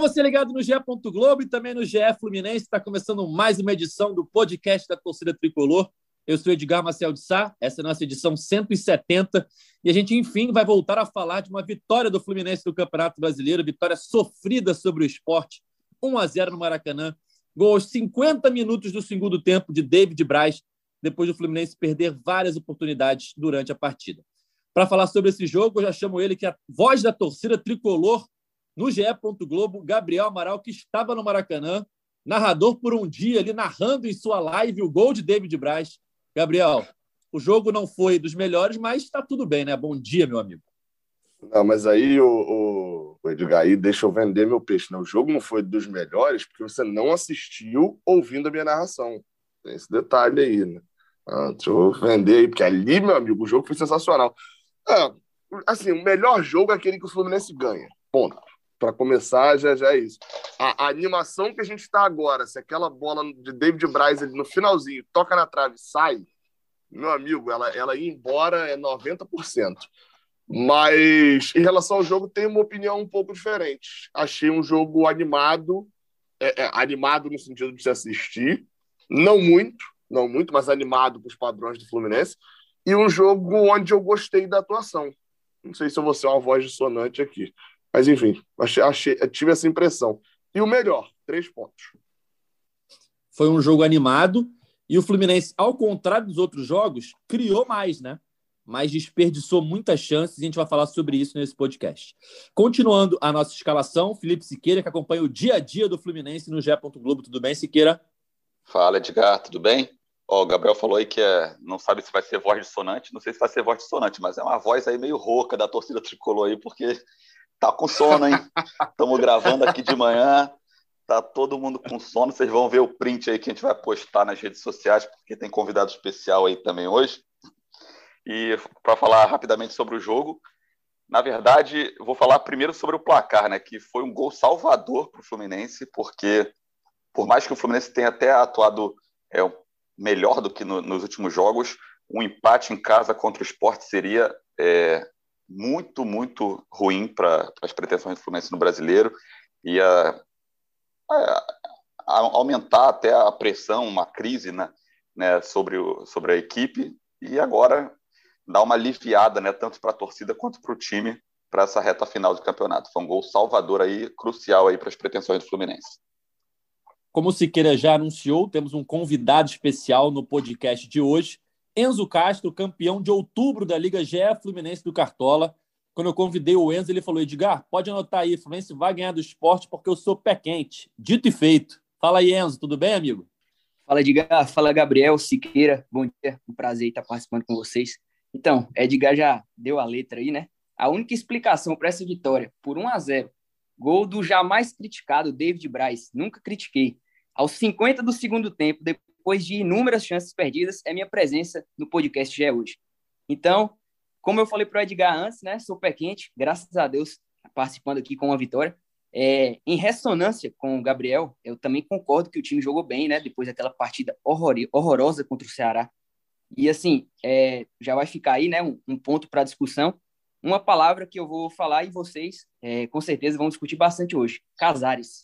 você ligado no GE. Globo e também no GE Fluminense. Está começando mais uma edição do podcast da Torcida Tricolor. Eu sou Edgar Marcel de Sá, essa é a nossa edição 170. E a gente, enfim, vai voltar a falar de uma vitória do Fluminense no Campeonato Brasileiro, vitória sofrida sobre o Sport, 1-0 no Maracanã. Gol aos 50 minutos do segundo tempo de David Braz, depois do Fluminense perder várias oportunidades durante a partida. Para falar sobre esse jogo, eu já chamo ele, que é a voz da torcida tricolor no GE. Globo, Gabriel Amaral, que estava no Maracanã, narrador por um dia ali, narrando em sua live o gol de David Braz. Gabriel, o jogo não foi dos melhores, mas está tudo bem, né? Bom dia, meu amigo. Não, mas aí, o Edgar, aí deixa eu vender meu peixe. Né? O jogo não foi dos melhores porque você não assistiu ouvindo a minha narração. Tem esse detalhe aí, né? Deixa eu vender aí, porque ali, meu amigo, o jogo foi sensacional. Assim, o melhor jogo é aquele que o Fluminense ganha. Ponto. Para começar, já é isso. A animação que a gente está agora, se aquela bola de David Braz no finalzinho toca na trave e sai, meu amigo, ela ir embora é 90%. Mas, em relação ao jogo, tenho uma opinião um pouco diferente. Achei um jogo animado, animado no sentido de se assistir, não muito, mas animado para os padrões do Fluminense, e um jogo onde eu gostei da atuação. Não sei se eu vou ser uma voz dissonante aqui. Mas, enfim, tive essa impressão. E o melhor, 3 pontos. Foi um jogo animado e o Fluminense, ao contrário dos outros jogos, criou mais, né? Mas desperdiçou muitas chances e a gente vai falar sobre isso nesse podcast. Continuando a nossa escalação, Felipe Siqueira, que acompanha o dia a dia do Fluminense no GE. Globo. Tudo bem, Siqueira? Fala, Edgar, tudo bem? O Gabriel falou aí que não sabe se vai ser voz dissonante. Não sei se vai ser voz dissonante, mas é uma voz aí meio rouca da torcida tricolor aí, porque tá com sono, hein? Estamos gravando aqui de manhã, tá todo mundo com sono. Vocês vão ver o print aí que a gente vai postar nas redes sociais, porque tem convidado especial aí também hoje. E para falar rapidamente sobre o jogo, na verdade, vou falar primeiro sobre o placar, né? Que foi um gol salvador para o Fluminense, porque por mais que o Fluminense tenha até atuado melhor do que nos últimos jogos, um empate em casa contra o Sport seria muito, muito ruim para as pretensões do Fluminense no Brasileiro. Ia aumentar até a pressão, uma crise, né, sobre a equipe, e agora dar uma aliviada, né, tanto para a torcida quanto para o time, para essa reta final do campeonato. Foi um gol salvador aí, crucial aí para as pretensões do Fluminense. Como o Siqueira já anunciou, temos um convidado especial no podcast de hoje, Enzo Castro, campeão de outubro da Liga GE Fluminense do Cartola. Quando eu convidei o Enzo, ele falou: Edgar, pode anotar aí, o Fluminense vai ganhar do Sport porque eu sou pé quente. Dito e feito. Fala aí, Enzo, tudo bem, amigo? Fala, Edgar. Fala, Gabriel, Siqueira. Bom dia, um prazer estar participando com vocês. Então, Edgar já deu a letra aí, né? A única explicação para essa vitória, por 1-0, gol do jamais criticado David Braz, nunca critiquei. Aos 50 do segundo tempo, depois de inúmeras chances perdidas, é minha presença no podcast GE hoje. Então, como eu falei para o Edgar antes, né? Sou pé quente, graças a Deus, participando aqui com uma vitória. Em ressonância com o Gabriel, eu também concordo que o time jogou bem, né? Depois daquela partida horrorosa contra o Ceará. E assim, já vai ficar aí, né, um ponto para discussão. Uma palavra que eu vou falar e vocês, com certeza, vão discutir bastante hoje. Casares.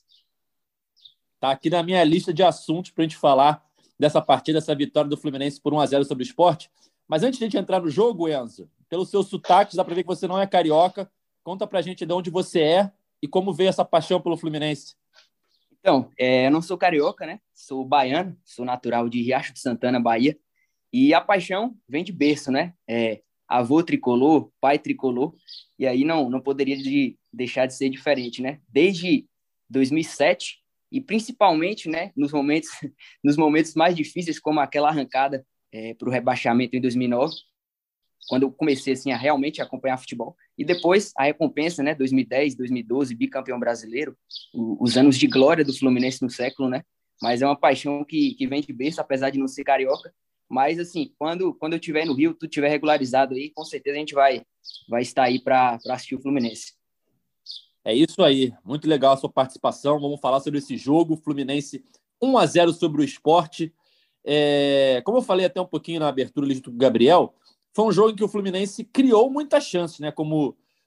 Tá aqui na minha lista de assuntos para a gente falar dessa partida, dessa vitória do Fluminense por 1-0 sobre o Sport. Mas antes de a gente entrar no jogo, Enzo, pelo seu sotaque, dá para ver que você não é carioca. Conta para a gente de onde você é e como veio essa paixão pelo Fluminense. Então, eu não sou carioca, né? Sou baiano, sou natural de Riacho de Santana, Bahia. E a paixão vem de berço, né? Avô tricolor, pai tricolor, e aí não poderia deixar de ser diferente, né? Desde 2007, e principalmente, né, nos momentos mais difíceis, como aquela arrancada para o rebaixamento em 2009, quando eu comecei assim, a realmente acompanhar futebol. E depois a recompensa, né, 2010, 2012, bicampeão brasileiro, os anos de glória do Fluminense no século, né? Mas é uma paixão que vem de berço, apesar de não ser carioca. Mas, assim, quando eu estiver no Rio, tudo estiver regularizado aí, com certeza a gente vai estar aí para assistir o Fluminense. É isso aí. Muito legal a sua participação. Vamos falar sobre esse jogo. Fluminense 1-0 sobre o Sport. Como eu falei até um pouquinho na abertura ali junto com o Gabriel, foi um jogo em que o Fluminense criou muitas chances, né? Como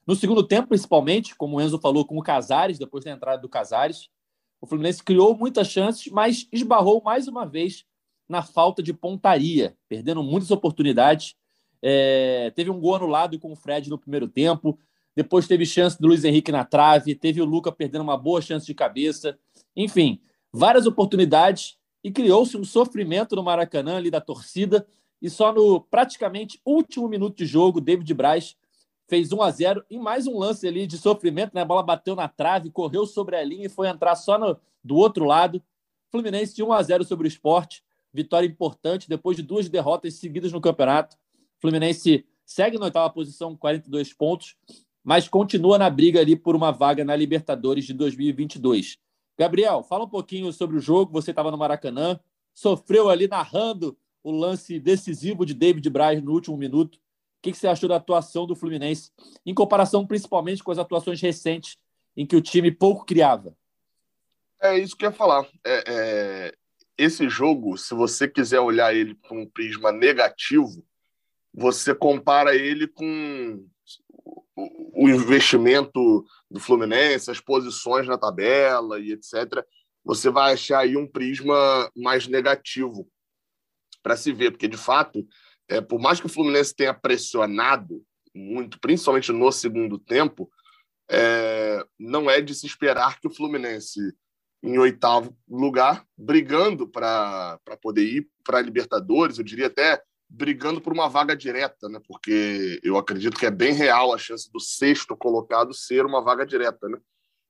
No segundo tempo, principalmente, como o Enzo falou, com o Casares, depois da entrada do Casares, o Fluminense criou muitas chances, mas esbarrou mais uma vez na falta de pontaria, perdendo muitas oportunidades. Teve um gol anulado com o Fred no primeiro tempo, depois teve chance do Luiz Henrique na trave, teve o Luca perdendo uma boa chance de cabeça. Enfim, várias oportunidades e criou-se um sofrimento no Maracanã ali da torcida e só no praticamente último minuto de jogo, David Braz fez 1-0 em mais um lance ali de sofrimento, né? A bola bateu na trave, correu sobre a linha e foi entrar só do outro lado. Fluminense de 1-0 sobre o Sport, vitória importante depois de 2 derrotas seguidas no campeonato. Fluminense segue na 8ª posição com 42 pontos, mas continua na briga ali por uma vaga na Libertadores de 2022. Gabriel, fala um pouquinho sobre o jogo. Você estava no Maracanã, sofreu ali narrando o lance decisivo de David Braz no último minuto. O que você achou da atuação do Fluminense, em comparação principalmente com as atuações recentes, em que o time pouco criava? É isso que eu ia falar. Esse jogo, se você quiser olhar ele por um prisma negativo, você compara ele com o investimento do Fluminense, as posições na tabela e etc. Você vai achar aí um prisma mais negativo para se ver, porque, de fato, por mais que o Fluminense tenha pressionado muito, principalmente no segundo tempo, não é de se esperar que o Fluminense, em 8º lugar, brigando para poder ir para a Libertadores, eu diria até brigando por uma vaga direta, né? Porque eu acredito que é bem real a chance do 6º colocado ser uma vaga direta, né?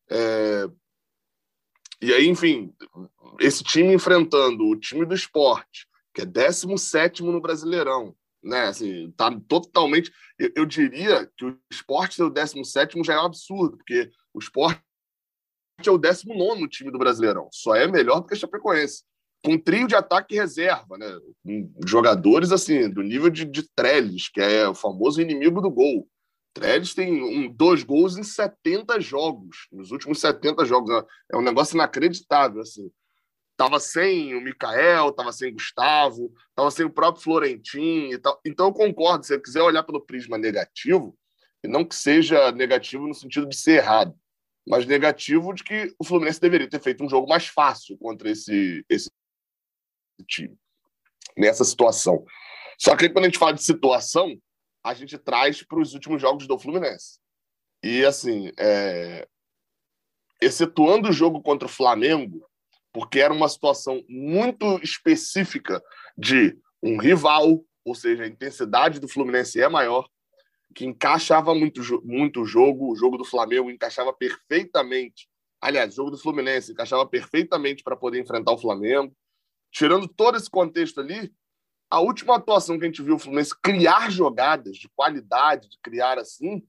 E aí, enfim, esse time enfrentando o time do Sport, que é 17º no Brasileirão, né? Assim, tá totalmente... Eu diria que o Sport ser o 17º já é um absurdo, porque o Sport é o 19º time do Brasileirão. Só é melhor do que a Chapecoense. Com um trio de ataque e reserva, né? Jogadores assim, do nível de Trellis, que é o famoso inimigo do gol. Trellis tem 2 gols em 70 jogos, nos últimos 70 jogos. É um negócio inacreditável, assim. Tava sem o Mikael, tava sem o Gustavo, tava sem o próprio Florentin e tal. Então eu concordo, se você quiser olhar pelo prisma negativo, e não que seja negativo no sentido de ser errado, mas negativo de que o Fluminense deveria ter feito um jogo mais fácil contra esse time, nessa situação. Só que quando a gente fala de situação, a gente traz para os últimos jogos do Fluminense. E, assim, excetuando o jogo contra o Flamengo, porque era uma situação muito específica de um rival, ou seja, a intensidade do Fluminense é maior, que encaixava muito o jogo do Flamengo encaixava perfeitamente, aliás, o jogo do Fluminense encaixava perfeitamente para poder enfrentar o Flamengo. Tirando todo esse contexto ali, a última atuação que a gente viu o Fluminense criar jogadas de qualidade, de criar assim,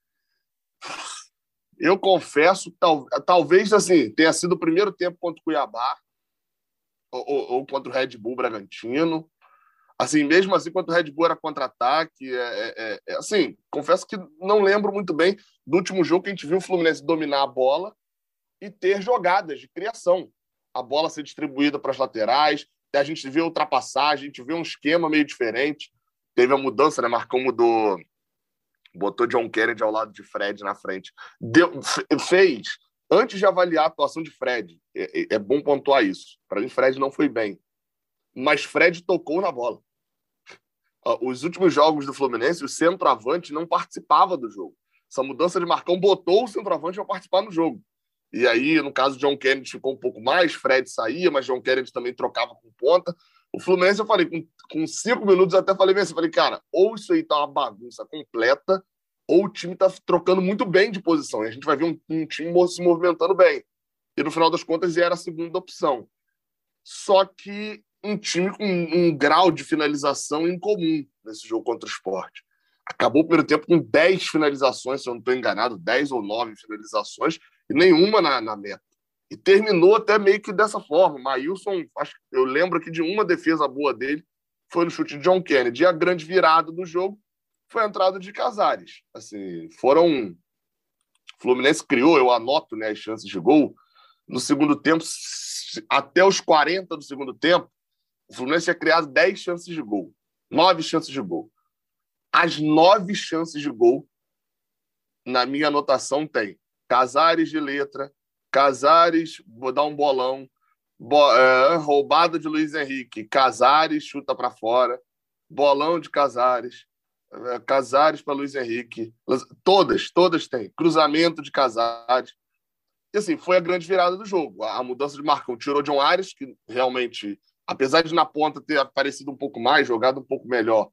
eu confesso, talvez assim, tenha sido o primeiro tempo contra o Cuiabá ou contra o Red Bull Bragantino. Assim, mesmo assim, quando o Red Bull era contra-ataque, assim, confesso que não lembro muito bem do último jogo que a gente viu o Fluminense dominar a bola e ter jogadas de criação. A bola ser distribuída para as laterais, a gente vê ultrapassagem, a gente vê um esquema meio diferente. Teve a mudança, né? Marcão mudou, botou John Kennedy ao lado de Fred na frente. Fez, antes de avaliar a atuação de Fred, é bom pontuar isso. Para mim, Fred não foi bem. Mas Fred tocou na bola. Os últimos jogos do Fluminense, o centroavante não participava do jogo. Essa mudança de Marcão botou o centroavante para participar no jogo. E aí, no caso, John Kennedy ficou um pouco mais, Fred saía, mas John Kennedy também trocava com ponta. O Fluminense, eu falei, com 5 minutos, eu até falei assim, cara, ou isso aí tá uma bagunça completa, ou o time tá trocando muito bem de posição. E a gente vai ver um time se movimentando bem. E no final das contas, era a segunda opção. Só que um time com um grau de finalização incomum nesse jogo contra o Sport. Acabou o primeiro tempo com 10 finalizações, se eu não estou enganado, 10 ou 9 finalizações, e nenhuma na meta. E terminou até meio que dessa forma. Maílson, eu lembro aqui de uma defesa boa dele, foi no chute de John Kennedy. E a grande virada do jogo foi a entrada de Casares. Assim, o Fluminense criou, eu anoto, né, as chances de gol. No segundo tempo, até os 40 do segundo tempo, o Fluminense tinha criado 10 chances de gol. 9 chances de gol. As 9 chances de gol na minha anotação tem Casares de letra, Casares, vou dar um bolão, roubada de Luiz Henrique, Casares chuta para fora, bolão de Casares, Casares para Luiz Henrique, todas têm, cruzamento de Casares. E assim, foi a grande virada do jogo. A mudança de Marcão tirou John Arias, que realmente, apesar de na ponta ter aparecido um pouco mais, jogado um pouco melhor,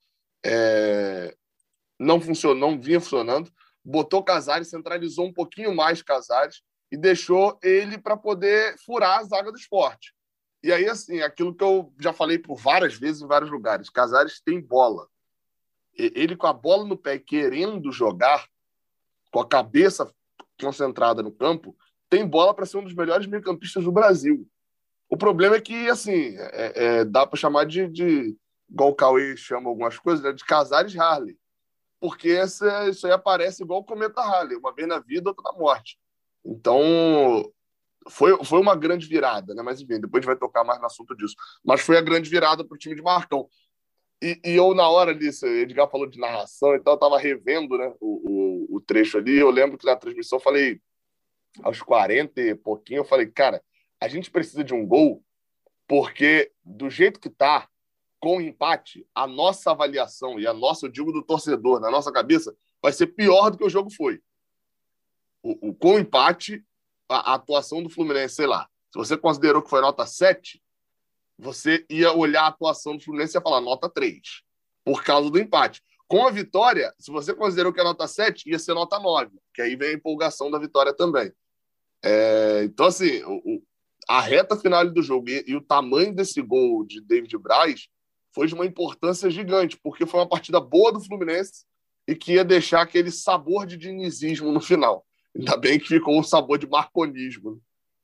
não vinha funcionando. Botou Casares, centralizou um pouquinho mais Casares e deixou ele para poder furar a zaga do Sport. E aí, assim, aquilo que eu já falei por várias vezes em vários lugares, Casares tem bola. Ele com a bola no pé, querendo jogar, com a cabeça concentrada no campo, tem bola para ser um dos melhores meio-campistas do Brasil. O problema é que, assim, dá para chamar de igual o Cauê chama algumas coisas, né, de Casares Harley. Porque isso aí aparece igual o cometa Harley, uma vez na vida, outra na morte. Então, foi uma grande virada, né? Mas, enfim, depois a gente vai tocar mais no assunto disso. Mas foi a grande virada para o time de Marcão. E eu, na hora disso, o Edgar falou de narração, então eu estava revendo, né, o trecho ali. Eu lembro que na transmissão eu falei, aos 40 e pouquinho, eu falei, cara, a gente precisa de um gol, porque do jeito que tá, com o empate, a nossa avaliação e a nossa, eu digo do torcedor, na nossa cabeça, vai ser pior do que o jogo foi. Com o empate, a atuação do Fluminense, sei lá, se você considerou que foi nota 7, você ia olhar a atuação do Fluminense e ia falar nota 3, por causa do empate. Com a vitória, se você considerou que é nota 7, ia ser nota 9, que aí vem a empolgação da vitória também. Então, assim, a reta final do jogo e o tamanho desse gol de David Braz foi de uma importância gigante, porque foi uma partida boa do Fluminense e que ia deixar aquele sabor de dinizismo no final. Ainda bem que ficou um sabor de marconismo.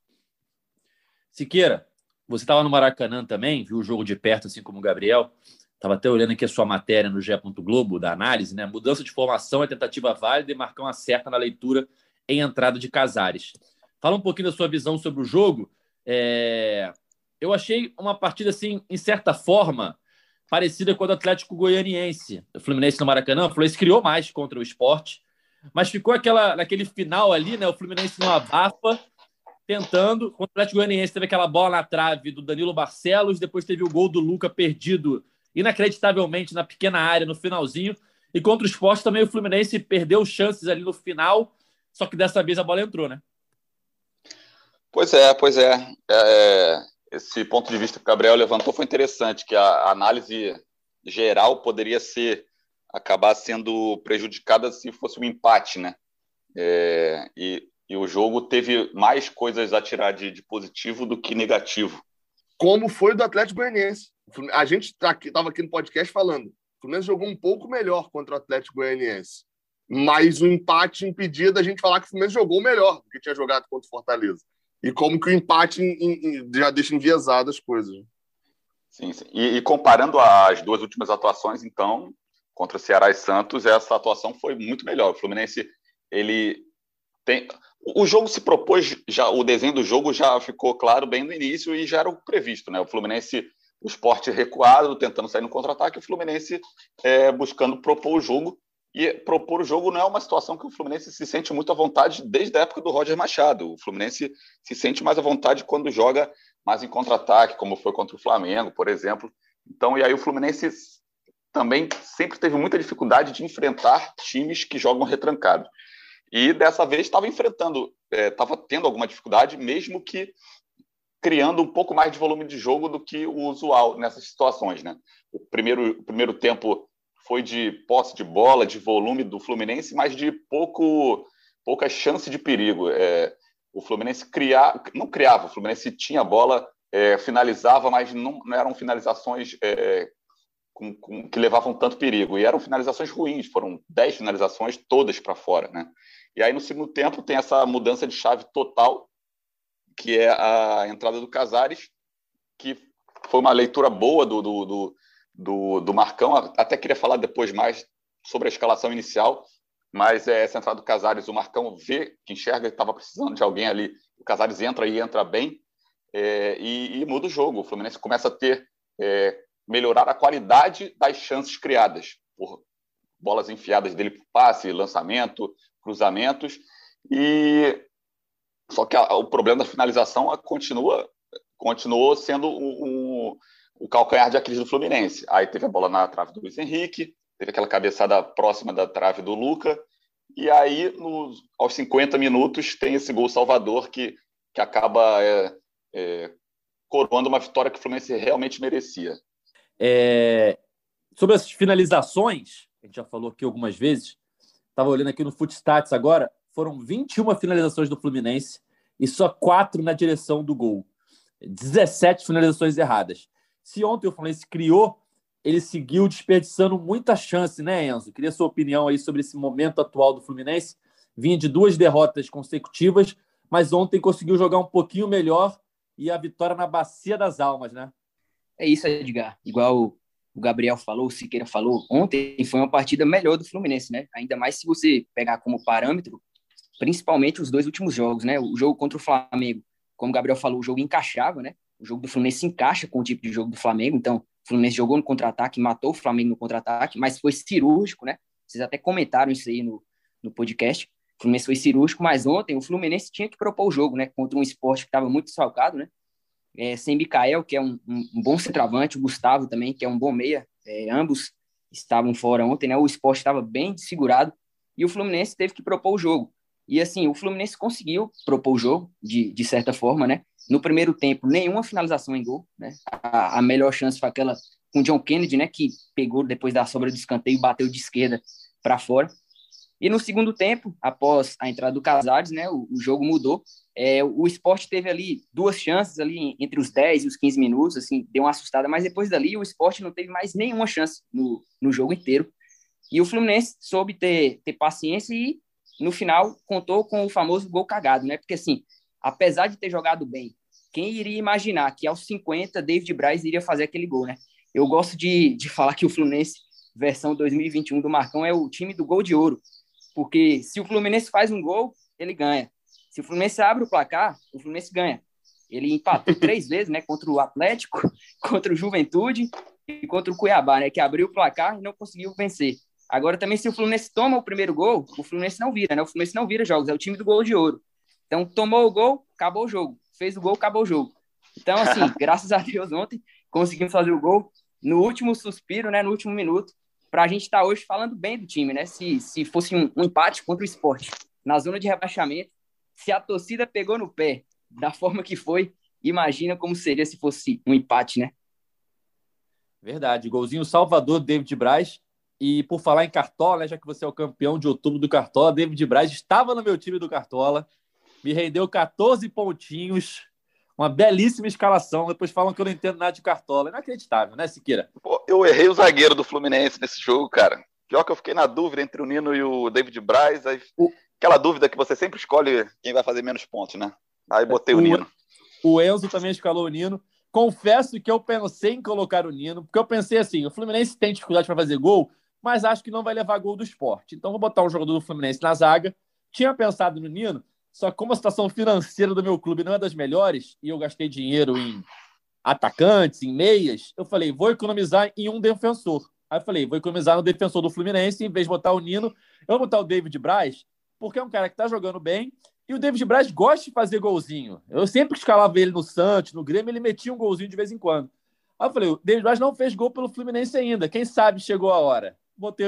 Siqueira, você estava no Maracanã também, viu o jogo de perto, assim como o Gabriel. Estava até olhando aqui a sua matéria no GE. Globo, da análise, né? Mudança de formação é tentativa válida e Marcão acerta na leitura em entrada de Casares. Fala um pouquinho da sua visão sobre o jogo. Eu achei uma partida, assim, em certa forma, parecida com a do Atlético Goianiense. O Fluminense no Maracanã, o Fluminense criou mais contra o Sport, mas ficou naquele final ali, né? O Fluminense não abafa, tentando. Contra o Atlético Goianiense teve aquela bola na trave do Danilo Barcelos, depois teve o gol do Luca perdido inacreditavelmente na pequena área no finalzinho. E contra o Sport também o Fluminense perdeu chances ali no final, só que dessa vez a bola entrou, né? Pois é. Esse ponto de vista que o Gabriel levantou foi interessante, que a análise geral poderia acabar sendo prejudicada se fosse um empate, né? E o jogo teve mais coisas a tirar de positivo do que negativo. Como foi do Atlético Goianiense. A gente estava aqui no podcast falando, o Fluminense jogou um pouco melhor contra o Atlético Goianiense, mas o empate impedia da gente falar que o Fluminense jogou melhor do que tinha jogado contra o Fortaleza. E como que o empate já deixa enviesado as coisas. Sim. E comparando as duas últimas atuações, então, contra Ceará e Santos, essa atuação foi muito melhor. O Fluminense, ele tem... O jogo se propôs, o desenho do jogo já ficou claro bem no início e já era o previsto, né? O Fluminense, o Sport recuado, tentando sair no contra-ataque, o Fluminense buscando propor o jogo. E propor o jogo não é uma situação que o Fluminense se sente muito à vontade desde a época do Roger Machado. O Fluminense se sente mais à vontade quando joga mais em contra-ataque, como foi contra o Flamengo, por exemplo. Então, e aí o Fluminense também sempre teve muita dificuldade de enfrentar times que jogam retrancado. E dessa vez estava tendo alguma dificuldade, mesmo que criando um pouco mais de volume de jogo do que o usual nessas situações, né? O primeiro tempo foi de posse de bola, de volume do Fluminense, mas de pouca chance de perigo. O Fluminense não criava, o Fluminense tinha bola, finalizava, mas não eram finalizações que levavam tanto perigo. E eram finalizações ruins, foram 10 finalizações, todas para fora, né? E aí, no segundo tempo, tem essa mudança de chave total, que é a entrada do Casares, que foi uma leitura boa do Marcão. Até queria falar depois mais sobre a escalação inicial, mas essa entrada do Casares, o Marcão vê, que enxerga que estava precisando de alguém ali, o Casares entra bem e muda o jogo. O Fluminense começa a melhorar a qualidade das chances criadas, por bolas enfiadas dele por passe, lançamento, cruzamentos, e só que o problema da finalização continuou sendo o calcanhar de Aquiles do Fluminense. Aí teve a bola na trave do Luiz Henrique, teve aquela cabeçada próxima da trave do Luca, e aí, aos 50 minutos, tem esse gol salvador que acaba coroando uma vitória que o Fluminense realmente merecia. Sobre as finalizações, a gente já falou aqui algumas vezes, estava olhando aqui no Footstats agora, foram 21 finalizações do Fluminense e só 4 na direção do gol. 17 finalizações erradas. Se ontem o Fluminense criou, ele seguiu desperdiçando muita chance, né, Enzo? Queria sua opinião aí sobre esse momento atual do Fluminense. Vinha de 2 derrotas consecutivas, mas ontem conseguiu jogar um pouquinho melhor e a vitória na bacia das almas, né? É isso, Edgar. Igual o Gabriel falou, o Siqueira falou, ontem foi uma partida melhor do Fluminense, né? Ainda mais se você pegar como parâmetro, principalmente os 2 últimos jogos, né? O jogo contra o Flamengo, como o Gabriel falou, o jogo encaixava, né? O jogo do Fluminense se encaixa com o tipo de jogo do Flamengo, então o Fluminense jogou no contra-ataque, matou o Flamengo no contra-ataque, mas foi cirúrgico, né? Vocês até comentaram isso aí no podcast. O Fluminense foi cirúrgico, mas ontem o Fluminense tinha que propor o jogo, né? Contra um Sport que estava muito salgado, né? Sem Mikael, que é um bom centroavante, o Gustavo também, que é um bom meia, ambos estavam fora ontem, né? O Sport estava bem desfigurado e o Fluminense teve que propor o jogo. E assim, o Fluminense conseguiu propor o jogo de certa forma, né? No primeiro tempo, nenhuma finalização em gol, né? A melhor chance foi aquela com o John Kennedy, né? Que pegou depois da sobra do escanteio e bateu de esquerda para fora. E no segundo tempo, após a entrada do Casares, né, o jogo mudou. O Sport teve ali 2 chances ali entre os 10 e os 15 minutos, assim, deu uma assustada, mas depois dali o Sport não teve mais nenhuma chance no jogo inteiro. E o Fluminense soube ter paciência e, no final, contou com o famoso gol cagado, né? Porque, assim, apesar de ter jogado bem, quem iria imaginar que aos 50 David Braz iria fazer aquele gol, né? Eu gosto de falar que o Fluminense, versão 2021 do Marcão, é o time do gol de ouro. Porque se o Fluminense faz um gol, ele ganha. Se o Fluminense abre o placar, o Fluminense ganha. Ele empatou 3 vezes, né? Contra o Atlético, contra o Juventude e contra o Cuiabá, né? Que abriu o placar e não conseguiu vencer. Agora também, se o Fluminense toma o primeiro gol, o Fluminense não vira, né? O Fluminense não vira jogos, é o time do gol de ouro. Então, tomou o gol, acabou o jogo. Fez o gol, acabou o jogo. Então, assim, graças a Deus, ontem conseguimos fazer o gol no último suspiro, né? No último minuto, para a gente estar hoje falando bem do time, né? Se fosse um empate contra o Sport na zona de rebaixamento, se a torcida pegou no pé da forma que foi, imagina como seria se fosse um empate, né? Verdade. Golzinho Salvador, David Braz. E por falar em Cartola, né, já que você é o campeão de outubro do Cartola, David Braz estava no meu time do Cartola, me rendeu 14 pontinhos, uma belíssima escalação. Depois falam que eu não entendo nada de Cartola. Inacreditável, né, Siqueira? Pô, eu errei o zagueiro do Fluminense nesse jogo, cara. Pior que eu fiquei na dúvida entre o Nino e o David Braz. Aí, aquela dúvida que você sempre escolhe quem vai fazer menos pontos, né? Aí botei o Nino. O Enzo também escalou o Nino. Confesso que eu pensei em colocar o Nino, porque eu pensei assim, o Fluminense tem dificuldade para fazer gol, mas acho que não vai levar gol do Sport. Então vou botar um jogador do Fluminense na zaga. Tinha pensado no Nino, só que como a situação financeira do meu clube não é das melhores, e eu gastei dinheiro em atacantes, em meias, eu falei, vou economizar em um defensor. Aí eu falei, vou economizar no defensor do Fluminense, em vez de botar o Nino, eu vou botar o David Braz, porque é um cara que tá jogando bem, e o David Braz gosta de fazer golzinho. Eu sempre escalava ele no Santos, no Grêmio, ele metia um golzinho de vez em quando. Aí eu falei, o David Braz não fez gol pelo Fluminense ainda, quem sabe chegou a hora. Botei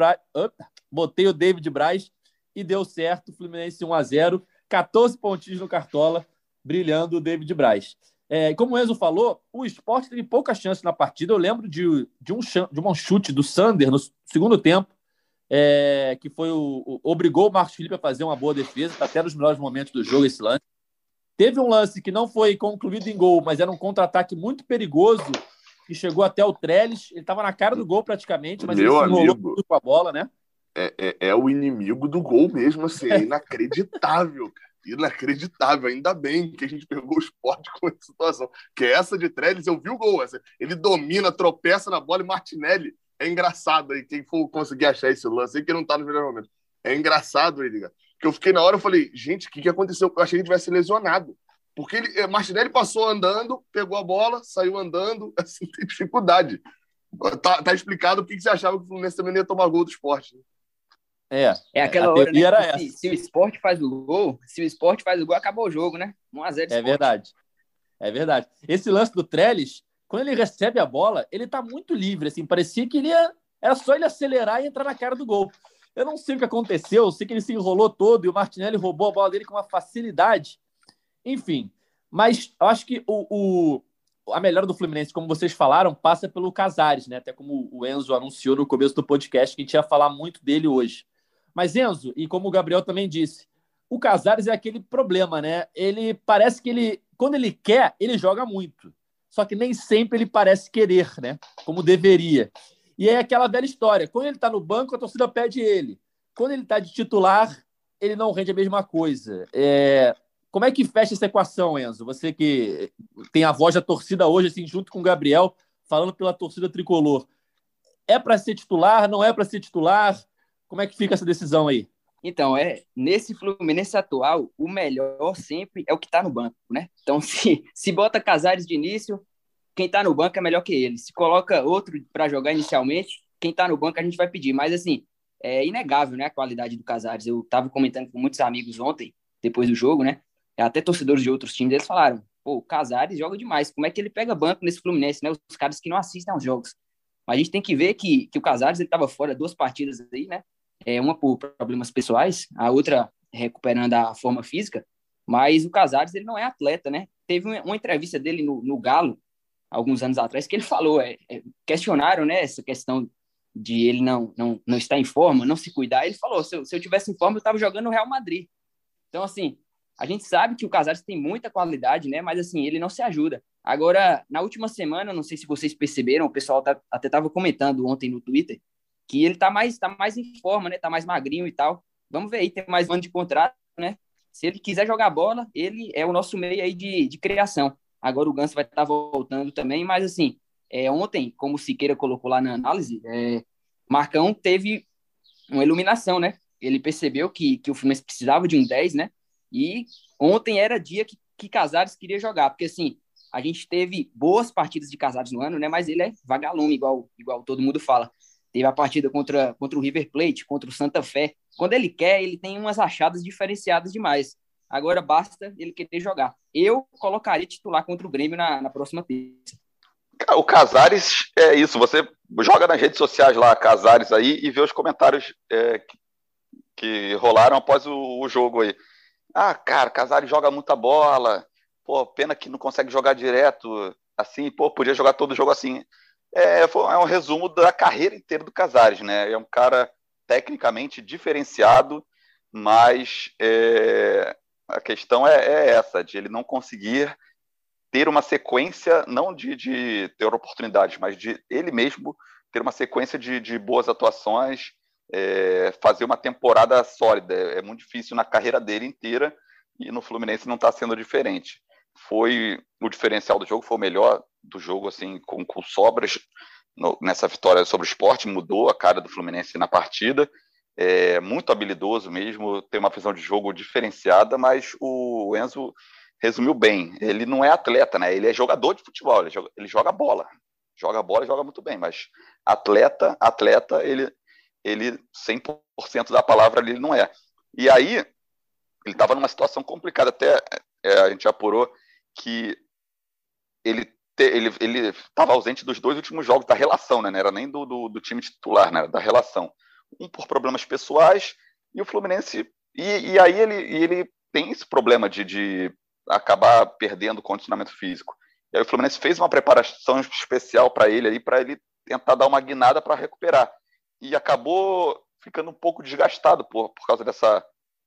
o David Braz e deu certo. Fluminense 1-0, 14 pontinhos no Cartola, brilhando o David Braz. Como o Enzo falou, o Sport teve pouca chance na partida. Eu lembro de um chute do Sander no segundo tempo, que foi obrigou o Marcos Felipe a fazer uma boa defesa, está até nos melhores momentos do jogo esse lance. Teve um lance que não foi concluído em gol, mas era um contra-ataque muito perigoso, que chegou até o Trellis, ele estava na cara do gol praticamente, mas ele se enrolou muito com a bola, né? É o inimigo do gol mesmo, assim, é inacreditável, cara. Inacreditável, ainda bem que a gente pegou o Sport com essa situação, que essa de Trellis, eu vi o gol, ele domina, tropeça na bola e Martinelli, é engraçado aí, quem for conseguir achar esse lance aí, que não tá no melhor momento, é engraçado aí, liga. Porque eu fiquei na hora, eu falei, gente, o que aconteceu? Eu achei que ele tivesse lesionado. Porque Martinelli passou andando, pegou a bola, saiu andando, assim, tem dificuldade. Tá explicado por que você achava que o Fluminense também não ia tomar gol do Sport. Né? É A aquela hora, né? teoria era Que essa. se o Sport faz o gol, acabou o jogo, né? 1-0 É Sport. verdade. É verdade. Esse lance do Trellis, quando ele recebe a bola, ele tá muito livre, assim, parecia que era só ele acelerar e entrar na cara do gol. Eu não sei o que aconteceu, eu sei que ele se enrolou todo e o Martinelli roubou a bola dele com uma facilidade. Enfim, mas eu acho que a melhora do Fluminense, como vocês falaram, passa pelo Casares, né? Até como o Enzo anunciou no começo do podcast, que a gente ia falar muito dele hoje. Mas, Enzo, e como o Gabriel também disse, o Casares é aquele problema, né? Ele parece que quando ele quer, ele joga muito. Só que nem sempre ele parece querer, né? Como deveria. E é aquela velha história. Quando ele tá no banco, a torcida pede ele. Quando ele tá de titular, ele não rende a mesma coisa. Como é que fecha essa equação, Enzo? Você que tem a voz da torcida hoje, assim, junto com o Gabriel, falando pela torcida tricolor. É para ser titular? Não é para ser titular? Como é que fica essa decisão aí? Então, nesse Fluminense atual, o melhor sempre é o que está no banco, né? Então, se bota Casares de início, quem está no banco é melhor que ele. Se coloca outro para jogar inicialmente, quem está no banco a gente vai pedir. Mas, assim, é inegável, né, a qualidade do Casares. Eu estava comentando com muitos amigos ontem, depois do jogo, né? Até torcedores de outros times, eles falaram, pô, o Casares joga demais. Como é que ele pega banco nesse Fluminense, né? Os caras que não assistem aos jogos. Mas a gente tem que ver que o Casares estava fora 2 partidas aí, né? Uma por problemas pessoais, a outra recuperando a forma física, mas o Casares, ele não é atleta, né? Teve uma entrevista dele no Galo, alguns anos atrás, que ele falou, questionaram, né, essa questão de ele não estar em forma, não se cuidar. Ele falou, se eu tivesse em forma, eu estava jogando no Real Madrid. Então, assim, a gente sabe que o Casares tem muita qualidade, né? Mas, assim, ele não se ajuda. Agora, na última semana, não sei se vocês perceberam, o pessoal até estava comentando ontem no Twitter, que ele tá mais em forma, né? Tá mais magrinho e tal. Vamos ver aí, tem mais um ano de contrato, né? Se ele quiser jogar bola, ele é o nosso meio aí de criação. Agora o Ganso vai estar voltando também, mas assim, ontem, como o Siqueira colocou lá na análise, Marcão teve uma iluminação, né? Ele percebeu que o Fluminense precisava de um 10, né? E ontem era dia que Casares queria jogar, porque assim, a gente teve boas partidas de Casares no ano, né? Mas ele é vagalume, igual todo mundo fala. Teve a partida contra o River Plate, contra o Santa Fé. Quando ele quer, ele tem umas achadas diferenciadas demais. Agora basta ele querer jogar. Eu colocaria titular contra o Grêmio na próxima terça. O Casares é isso. Você joga nas redes sociais lá, Casares aí, e vê os comentários que rolaram após o jogo aí. Ah, cara, Casares joga muita bola. Pô, pena que não consegue jogar direto assim. Pô, podia jogar todo jogo assim. É um resumo da carreira inteira do Casares, né? É um cara tecnicamente diferenciado, mas a questão é essa, de ele não conseguir ter uma sequência, não de ter oportunidades, mas de ele mesmo ter uma sequência de boas atuações, fazer uma temporada sólida. É muito difícil na carreira dele inteira, e no Fluminense não está sendo diferente. Foi o diferencial do jogo, foi o melhor do jogo, assim, com sobras nessa vitória sobre o Sport, mudou a cara do Fluminense na partida. Muito habilidoso mesmo, tem uma visão de jogo diferenciada, mas o Enzo resumiu bem. Ele não é atleta, né? Ele é jogador de futebol, ele joga bola. Joga bola e joga muito bem, mas atleta, ele 100% da palavra ali ele não é. E aí, ele estava numa situação complicada, até a gente apurou que ele estava ausente dos 2 últimos jogos da relação, né? Não era nem do time titular, né? Da relação. Um por problemas pessoais, e o Fluminense. E aí ele tem esse problema de acabar perdendo o condicionamento físico. E aí o Fluminense fez uma preparação especial para ele tentar dar uma guinada para recuperar. E acabou ficando um pouco desgastado por causa dessa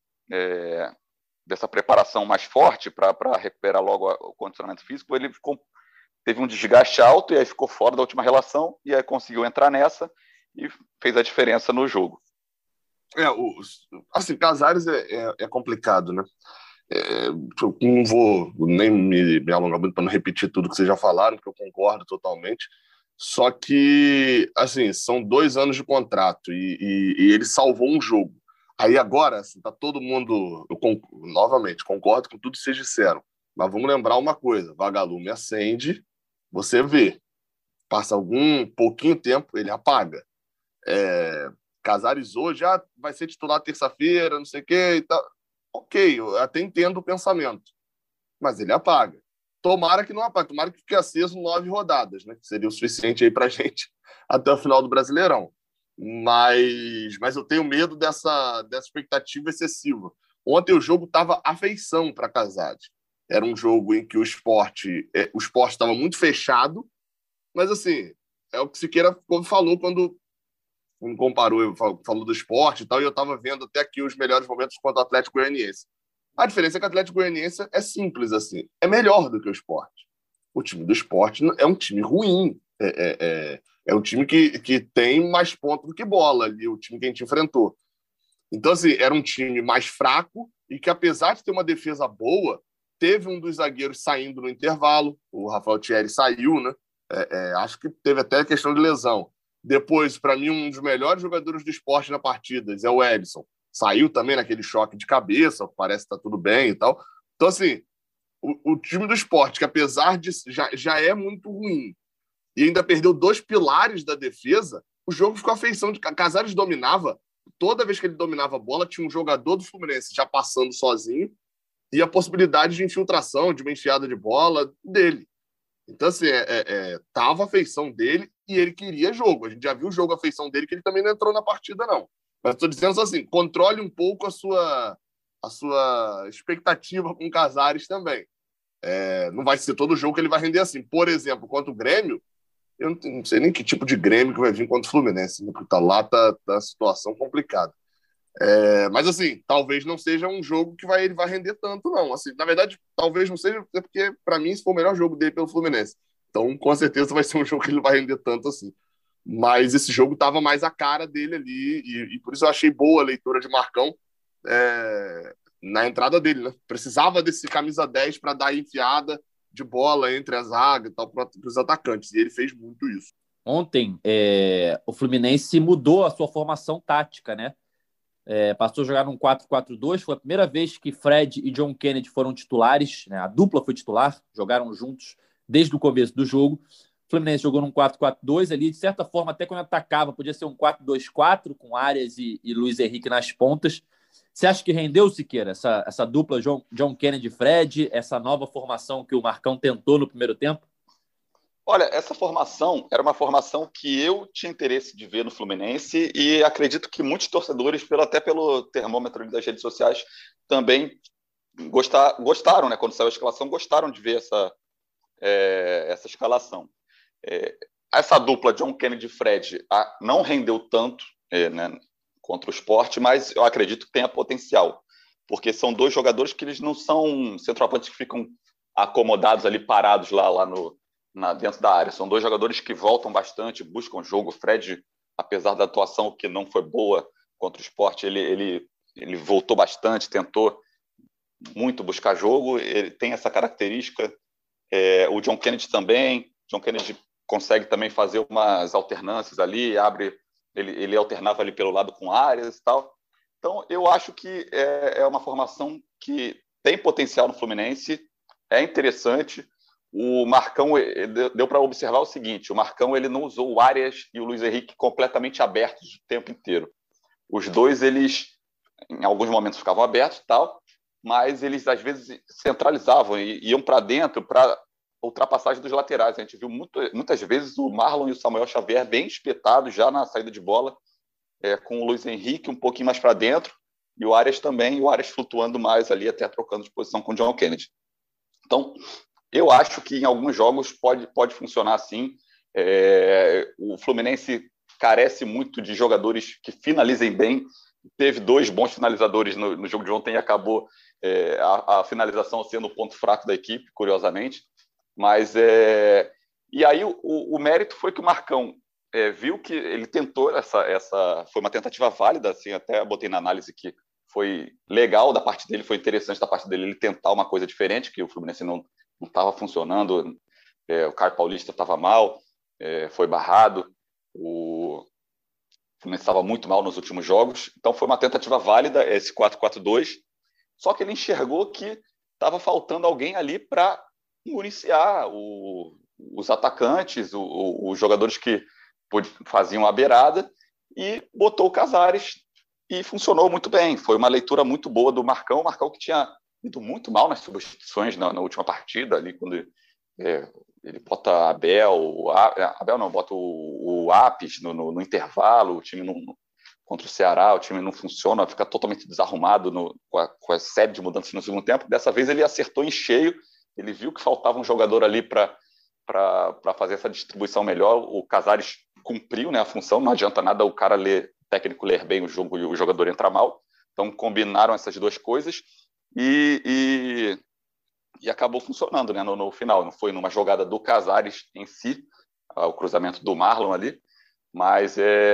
preparação mais forte para recuperar logo o condicionamento físico. Ele teve um desgaste alto e aí ficou fora da última relação, e aí conseguiu entrar nessa e fez a diferença no jogo. Assim, Casares é complicado, né? Eu não vou nem me alongar muito para não repetir tudo que vocês já falaram, porque eu concordo totalmente. Só que, assim, são 2 anos de contrato e ele salvou um jogo. Aí agora, assim, tá todo mundo... novamente, concordo com tudo que vocês disseram. Mas vamos lembrar uma coisa. Vagalume acende, você vê. Passa algum pouquinho tempo, ele apaga. Casares hoje vai ser titular terça-feira, não sei o quê e tal. Ok, eu até entendo o pensamento, mas ele apaga. Tomara que não apague, tomara que fique aceso 9 rodadas, né? Que seria o suficiente aí para a gente até o final do Brasileirão. Mas eu tenho medo dessa expectativa excessiva. Ontem o jogo estava à feição para Casares. Era um jogo em que o esporte estava muito fechado, mas assim, é o que Siqueira falou quando comparou, falou do esporte e tal, e eu estava vendo até aqui os melhores momentos contra o Atlético Goianiense. A diferença é que o Atlético Goianiense é simples assim, é melhor do que o Sport. O time do Sport é um time ruim, é um time que tem mais pontos do que bola ali, o time que a gente enfrentou. Então, assim, era um time mais fraco e que, apesar de ter uma defesa boa, teve um dos zagueiros saindo no intervalo, o Rafael Thierry saiu, né? Acho que teve até questão de lesão. Depois, para mim, um dos melhores jogadores do Sport na partida é o Edson. Saiu também naquele choque de cabeça, parece que está tudo bem e tal. Então, assim, o time do Sport, que apesar de já é muito ruim e ainda perdeu 2 pilares da defesa, o jogo ficou à feição de Casares dominava. Toda vez que ele dominava a bola, tinha um jogador do Fluminense já passando sozinho e a possibilidade de infiltração, de uma enfiada de bola dele. Então, assim, tava a feição dele e ele queria jogo. A gente já viu o jogo, a feição dele, que ele também não entrou na partida, não. Mas estou dizendo assim, controle um pouco a sua expectativa com o Casares também. Não vai ser todo jogo que ele vai render assim. Por exemplo, contra o Grêmio, eu não sei nem que tipo de Grêmio que vai vir contra o Fluminense, né? Porque lá tá a situação complicada. Mas, assim, talvez não seja um jogo que ele vai render tanto, não. Assim, na verdade, talvez não seja, porque, para mim, esse foi o melhor jogo dele pelo Fluminense. Então, com certeza, vai ser um jogo que ele vai render tanto assim. Mas esse jogo estava mais a cara dele ali, e por isso eu achei boa a leitura de Marcão na entrada dele, né? Precisava desse camisa 10 para dar enfiada de bola entre a zaga e tal para os atacantes, e ele fez muito isso. Ontem, o Fluminense mudou a sua formação tática, né? Passou a jogar num 4-4-2. Foi a primeira vez que Fred e John Kennedy foram titulares, né? A dupla foi titular, jogaram juntos desde o começo do jogo. O Fluminense jogou num 4-4-2 ali, de certa forma, até quando atacava, podia ser um 4-2-4 com Arias e Luiz Henrique nas pontas. Você acha que rendeu, Siqueira, essa dupla John Kennedy e Fred, essa nova formação que o Marcão tentou no primeiro tempo? Olha, essa formação era uma formação que eu tinha interesse de ver no Fluminense e acredito que muitos torcedores, até pelo termômetro das redes sociais, também gostaram, né? Quando saiu a escalação, gostaram de ver essa escalação. Essa dupla John Kennedy e Fred não rendeu tanto, né, contra o Sport, mas eu acredito que tenha potencial, porque são 2 jogadores que eles não são centroavantes que ficam acomodados ali, parados lá dentro da área. São 2 jogadores que voltam bastante, buscam jogo. O Fred, apesar da atuação que não foi boa contra o Sport, ele voltou bastante, tentou muito buscar jogo, ele tem essa característica. O John Kennedy também. John Kennedy consegue também fazer umas alternâncias ali, ele alternava ali pelo lado com Arias e tal. Então, eu acho que é uma formação que tem potencial no Fluminense, é interessante. O Marcão, deu para observar o seguinte: o Marcão ele não usou o Arias e o Luiz Henrique completamente abertos o tempo inteiro. Os 2, eles, em alguns momentos, ficavam abertos e tal, mas eles, às vezes, centralizavam e iam para dentro para ultrapassagem dos laterais. A gente viu muitas vezes o Marlon e o Samuel Xavier bem espetados já na saída de bola, com o Luiz Henrique um pouquinho mais para dentro, e o Arias também, o Arias flutuando mais ali, até trocando de posição com o John Kennedy. Então, eu acho que em alguns jogos pode funcionar assim. O Fluminense carece muito de jogadores que finalizem bem. Teve 2 bons finalizadores no jogo de ontem e acabou a finalização sendo o ponto fraco da equipe, curiosamente. Mas, e aí o mérito foi que o Marcão viu que ele tentou foi uma tentativa válida, assim, até botei na análise que foi legal da parte dele, foi interessante da parte dele ele tentar uma coisa diferente, que o Fluminense não estava funcionando, o Caio Paulista estava mal, foi barrado, o Fluminense estava muito mal nos últimos jogos, então foi uma tentativa válida, esse 4-4-2, só que ele enxergou que estava faltando alguém ali para municiar os atacantes, os jogadores que faziam a beirada, e botou o Casares e funcionou muito bem. Foi uma leitura muito boa do Marcão. O Marcão que tinha ido muito mal nas substituições na última partida, ali quando ele bota Abel não, bota o Apis no intervalo, o time contra o Ceará, o time não funciona, fica totalmente desarrumado com a série de mudanças no segundo tempo. Dessa vez ele acertou em cheio, ele viu que faltava um jogador ali para fazer essa distribuição melhor. O Casares cumpriu, né, a função, não adianta nada o técnico ler bem o jogo e o jogador entrar mal. Então combinaram essas duas coisas e acabou funcionando, né, no final. Não foi numa jogada do Casares em si, o cruzamento do Marlon ali, mas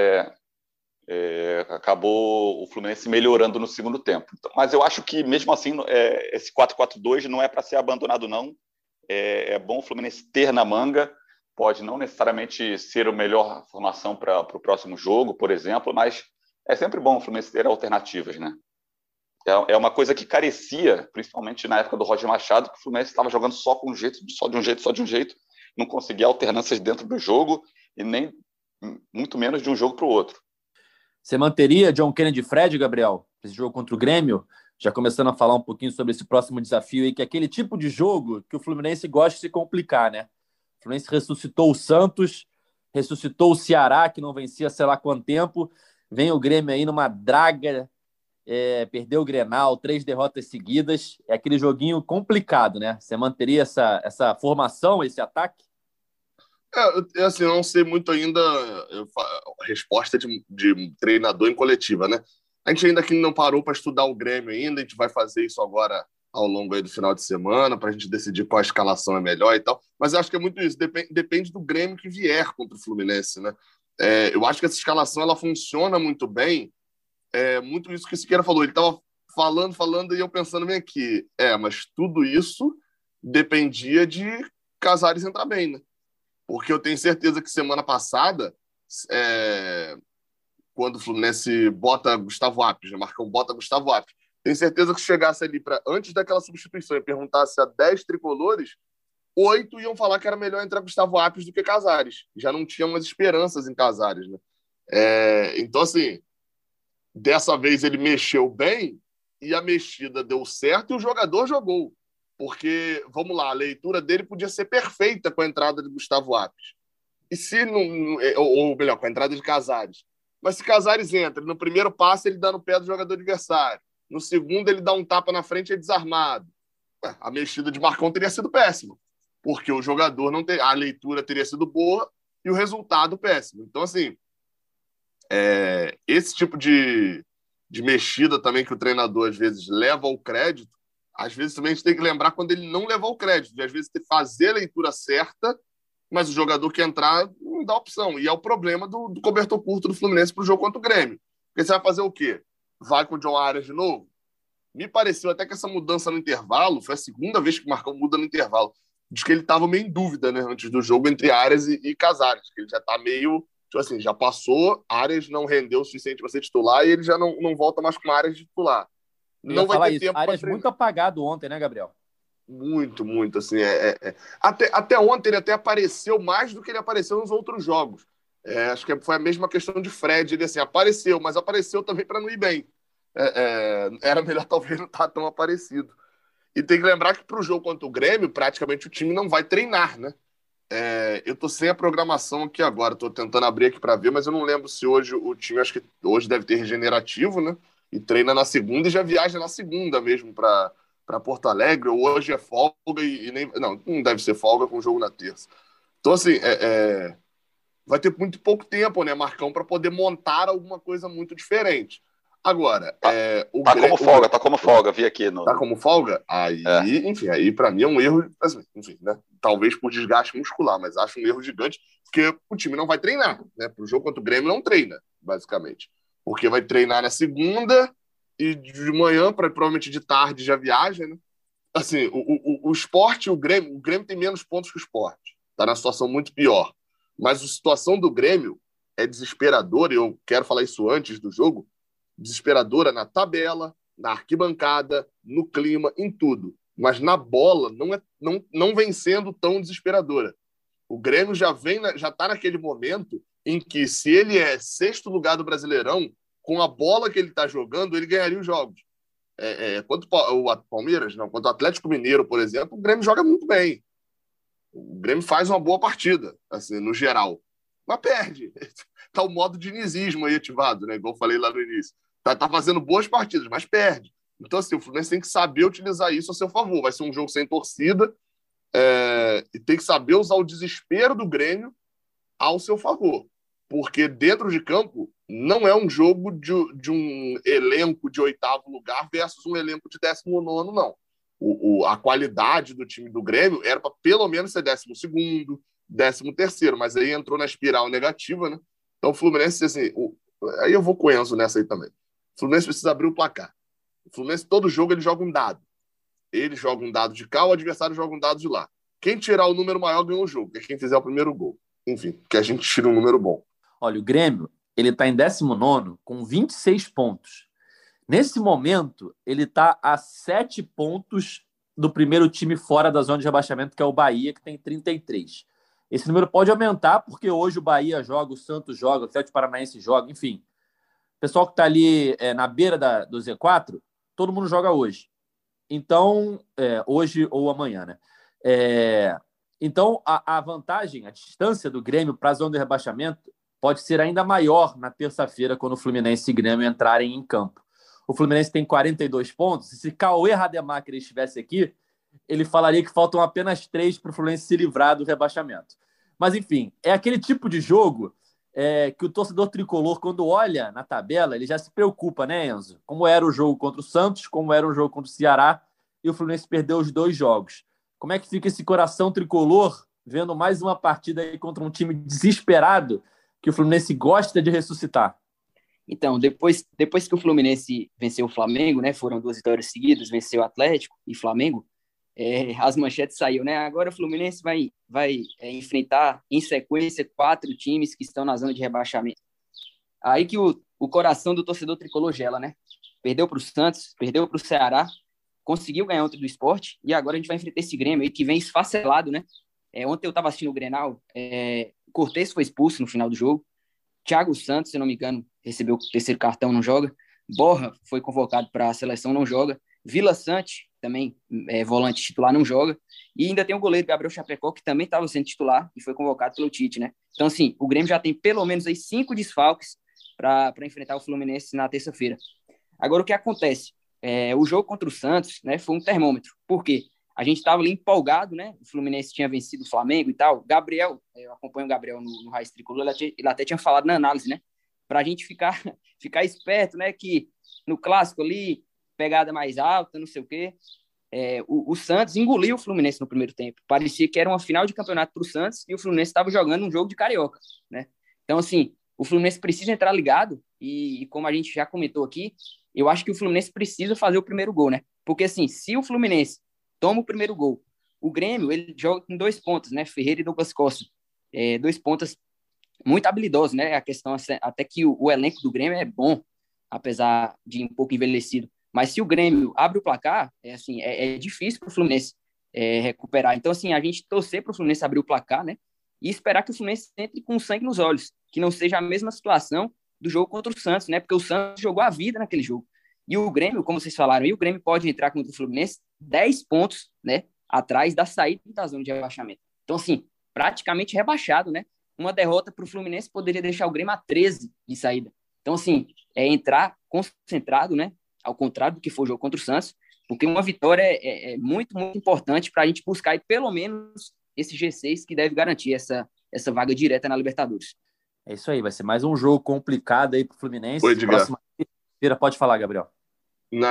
acabou o Fluminense melhorando no segundo tempo. Mas eu acho que, mesmo assim, esse 4-4-2 não é para ser abandonado, não. É bom o Fluminense ter na manga, pode não necessariamente ser a melhor formação para o próximo jogo, por exemplo, mas é sempre bom o Fluminense ter alternativas, né? É uma coisa que carecia, principalmente na época do Roger Machado, que o Fluminense estava jogando só de um jeito, não conseguia alternâncias dentro do jogo e nem muito menos de um jogo para o outro. Você manteria John Kennedy e Fred, Gabriel, esse jogo contra o Grêmio? Já começando a falar um pouquinho sobre esse próximo desafio aí, que é aquele tipo de jogo que o Fluminense gosta de se complicar, né? O Fluminense ressuscitou o Santos, ressuscitou o Ceará, que não vencia sei lá quanto tempo, vem o Grêmio aí numa draga, perdeu o Grenal, 3 derrotas seguidas, é aquele joguinho complicado, né? Você manteria essa formação, esse ataque? Assim, eu não sei muito ainda a resposta de treinador em coletiva, né? A gente ainda aqui não parou para estudar o Grêmio ainda, a gente vai fazer isso agora ao longo aí do final de semana, para a gente decidir qual a escalação é melhor e tal, mas eu acho que é muito isso, depende do Grêmio que vier contra o Fluminense, né? Eu acho que essa escalação ela funciona muito bem, muito isso que o Siqueira falou, ele estava falando e eu pensando bem aqui, mas tudo isso dependia de Casares entrar bem, né? Porque eu tenho certeza que semana passada, quando o Fluminense bota Gustavo Apis, né? Marcão bota Gustavo Apis, tenho certeza que se chegasse ali antes daquela substituição e perguntasse a 10 tricolores, 8 iam falar que era melhor entrar Gustavo Apis do que Casares. Já não tinha umas esperanças em Casares, né? Então, assim, dessa vez ele mexeu bem e a mexida deu certo e o jogador jogou. Porque, vamos lá, a leitura dele podia ser perfeita com a entrada de Gustavo Apis. E se não, ou melhor, com a entrada de Casares. Mas se Casares entra, no primeiro passe ele dá no pé do jogador adversário. No segundo ele dá um tapa na frente e é desarmado. A mexida de Marcão teria sido péssima. Porque o jogador a leitura teria sido boa e o resultado péssimo. Então, assim, esse tipo de mexida também que o treinador às vezes leva ao crédito, às vezes também a gente tem que lembrar quando ele não leva o crédito, de às vezes ter que fazer a leitura certa, mas o jogador que entrar não dá opção. E é o problema do cobertor curto do Fluminense para o jogo contra o Grêmio. Porque você vai fazer o quê? Vai com o John Arias de novo? Me pareceu até que essa mudança no intervalo foi a segunda vez que o Marcão muda no intervalo. Diz que ele estava meio em dúvida, né, antes do jogo entre Arias e Casares, que ele já está meio, tipo assim, já passou, Arias não rendeu o suficiente para ser titular e ele já não volta mais com Arias de titular. Não vai ter tempo. Arias muito apagado ontem, né, Gabriel? Muito, muito, assim, Até ontem ele até apareceu mais do que ele apareceu nos outros jogos. Acho que foi a mesma questão de Fred, ele assim, apareceu, mas apareceu também para não ir bem. Era melhor talvez não estar tão aparecido. E tem que lembrar que para o jogo contra o Grêmio, praticamente o time não vai treinar, né? Eu estou sem a programação aqui agora, estou tentando abrir aqui para ver, mas eu não lembro se hoje o time, acho que hoje deve ter regenerativo, né? E treina na segunda e já viaja na segunda mesmo para Porto Alegre, ou hoje é folga e nem... Não deve ser folga com o jogo na terça. Então, assim, vai ter muito pouco tempo, né, Marcão, para poder montar alguma coisa muito diferente. Agora, tá como folga, vi aqui. Tá como folga? Aí, enfim, aí para mim é um erro, assim, enfim, né, talvez por desgaste muscular, mas acho um erro gigante, porque o time não vai treinar, né, pro jogo contra o Grêmio não treina, basicamente. Porque vai treinar na segunda e de manhã, provavelmente de tarde já viaja, né? Assim, o Sport e o Grêmio tem menos pontos que o Sport. Tá na situação muito pior. Mas a situação do Grêmio é desesperadora, e eu quero falar isso antes do jogo, desesperadora na tabela, na arquibancada, no clima, em tudo. Mas na bola não vem sendo tão desesperadora. O Grêmio já tá naquele momento em que, se ele é sexto lugar do Brasileirão, com a bola que ele está jogando, ele ganharia os jogos. Quanto o Palmeiras, não, quanto o Atlético Mineiro, por exemplo, o Grêmio joga muito bem. O Grêmio faz uma boa partida, assim, no geral. Mas perde. Tá o modo dinizismo aí ativado, né? Igual eu falei lá no início. Tá fazendo boas partidas, mas perde. Então, assim, o Fluminense tem que saber utilizar isso a seu favor. Vai ser um jogo sem torcida, e tem que saber usar o desespero do Grêmio ao seu favor. Porque dentro de campo não é um jogo de um elenco de 8º lugar versus um elenco de 19º, não. A qualidade do time do Grêmio era para pelo menos ser 12º, 13º, mas aí entrou na espiral negativa, né? Então o Fluminense, assim, aí eu vou com o Enzo nessa aí também. O Fluminense precisa abrir o placar. O Fluminense, todo jogo, ele joga um dado. Ele joga um dado de cá, o adversário joga um dado de lá. Quem tirar o número maior ganha o jogo, que é quem fizer o primeiro gol. Enfim, que a gente tira um número bom. Olha, o Grêmio, ele está em 19º com 26 pontos. Nesse momento, ele está a 7 pontos do primeiro time fora da zona de rebaixamento, que é o Bahia, que tem 33. Esse número pode aumentar, porque hoje o Bahia joga, o Santos joga, o Atlético Paranaense joga, enfim. O pessoal que está ali na beira do Z4, todo mundo joga hoje. Então, hoje ou amanhã, né? Então, a vantagem, a distância do Grêmio para a zona de rebaixamento pode ser ainda maior na terça-feira, quando o Fluminense e o Grêmio entrarem em campo. O Fluminense tem 42 pontos, e se Cauê Rademacher estivesse aqui, ele falaria que faltam apenas 3 para o Fluminense se livrar do rebaixamento. Mas, enfim, é aquele tipo de jogo que o torcedor tricolor, quando olha na tabela, ele já se preocupa, né, Enzo? Como era o jogo contra o Santos, como era o jogo contra o Ceará, e o Fluminense perdeu os 2 jogos. Como é que fica esse coração tricolor vendo mais uma partida aí contra um time desesperado que o Fluminense gosta de ressuscitar? Então, depois que o Fluminense venceu o Flamengo, né, foram 2 vitórias seguidas, venceu o Atlético e Flamengo, as manchetes saíram, né? Agora o Fluminense vai enfrentar em sequência 4 times que estão na zona de rebaixamento. Aí que o coração do torcedor tricolor gela, né? Perdeu para o Santos, perdeu para o Ceará, conseguiu ganhar ontem do Sport, e agora a gente vai enfrentar esse Grêmio aí que vem esfacelado, né? Ontem eu estava assistindo o Grenal, Cortez foi expulso no final do jogo, Thiago Santos, se não me engano, recebeu o 3º cartão, não joga, Borja foi convocado para a seleção, não joga, Vila Sante, também volante titular, não joga, e ainda tem o goleiro Gabriel Chapecó, que também estava sendo titular e foi convocado pelo Tite, né? Então, assim, o Grêmio já tem pelo menos aí 5 desfalques para enfrentar o Fluminense na terça-feira. Agora, o que acontece? O jogo contra o Santos, né, foi um termômetro. Por quê? A gente estava ali empolgado, né? O Fluminense tinha vencido o Flamengo e tal. Gabriel, eu acompanho o Gabriel no Raiz Tricolor, ele até tinha falado na análise, né? Para a gente ficar esperto, né? Que no clássico ali, pegada mais alta, não sei o quê. O Santos engoliu o Fluminense no primeiro tempo. Parecia que era uma final de campeonato para o Santos e o Fluminense estava jogando um jogo de carioca, né? Então, assim, o Fluminense precisa entrar ligado e como a gente já comentou aqui, eu acho que o Fluminense precisa fazer o primeiro gol, né? Porque, assim, se o Fluminense toma o primeiro gol, o Grêmio, ele joga com 2 pontas, né? Ferreira e Douglas Costa. 2 pontas muito habilidosos, né? A questão até que o elenco do Grêmio é bom, apesar de um pouco envelhecido. Mas se o Grêmio abre o placar, é difícil para o Fluminense recuperar. Então, assim, a gente torcer para o Fluminense abrir o placar, né? E esperar que o Fluminense entre com sangue nos olhos, que não seja a mesma situação do jogo contra o Santos, né? Porque o Santos jogou a vida naquele jogo. E o Grêmio, como vocês falaram, o Grêmio pode entrar contra o Fluminense 10 pontos, né? Atrás da saída da zona de rebaixamento. Então, assim, praticamente rebaixado, né? Uma derrota para o Fluminense poderia deixar o Grêmio a 13 de saída. Então, assim, entrar concentrado, né? Ao contrário do que foi o jogo contra o Santos, porque uma vitória é muito, muito importante para a gente buscar aí, pelo menos esse G6 que deve garantir essa vaga direta na Libertadores. É isso aí, vai ser mais um jogo complicado aí para o Fluminense. Oi, Próxima feira, pode falar, Gabriel. Não,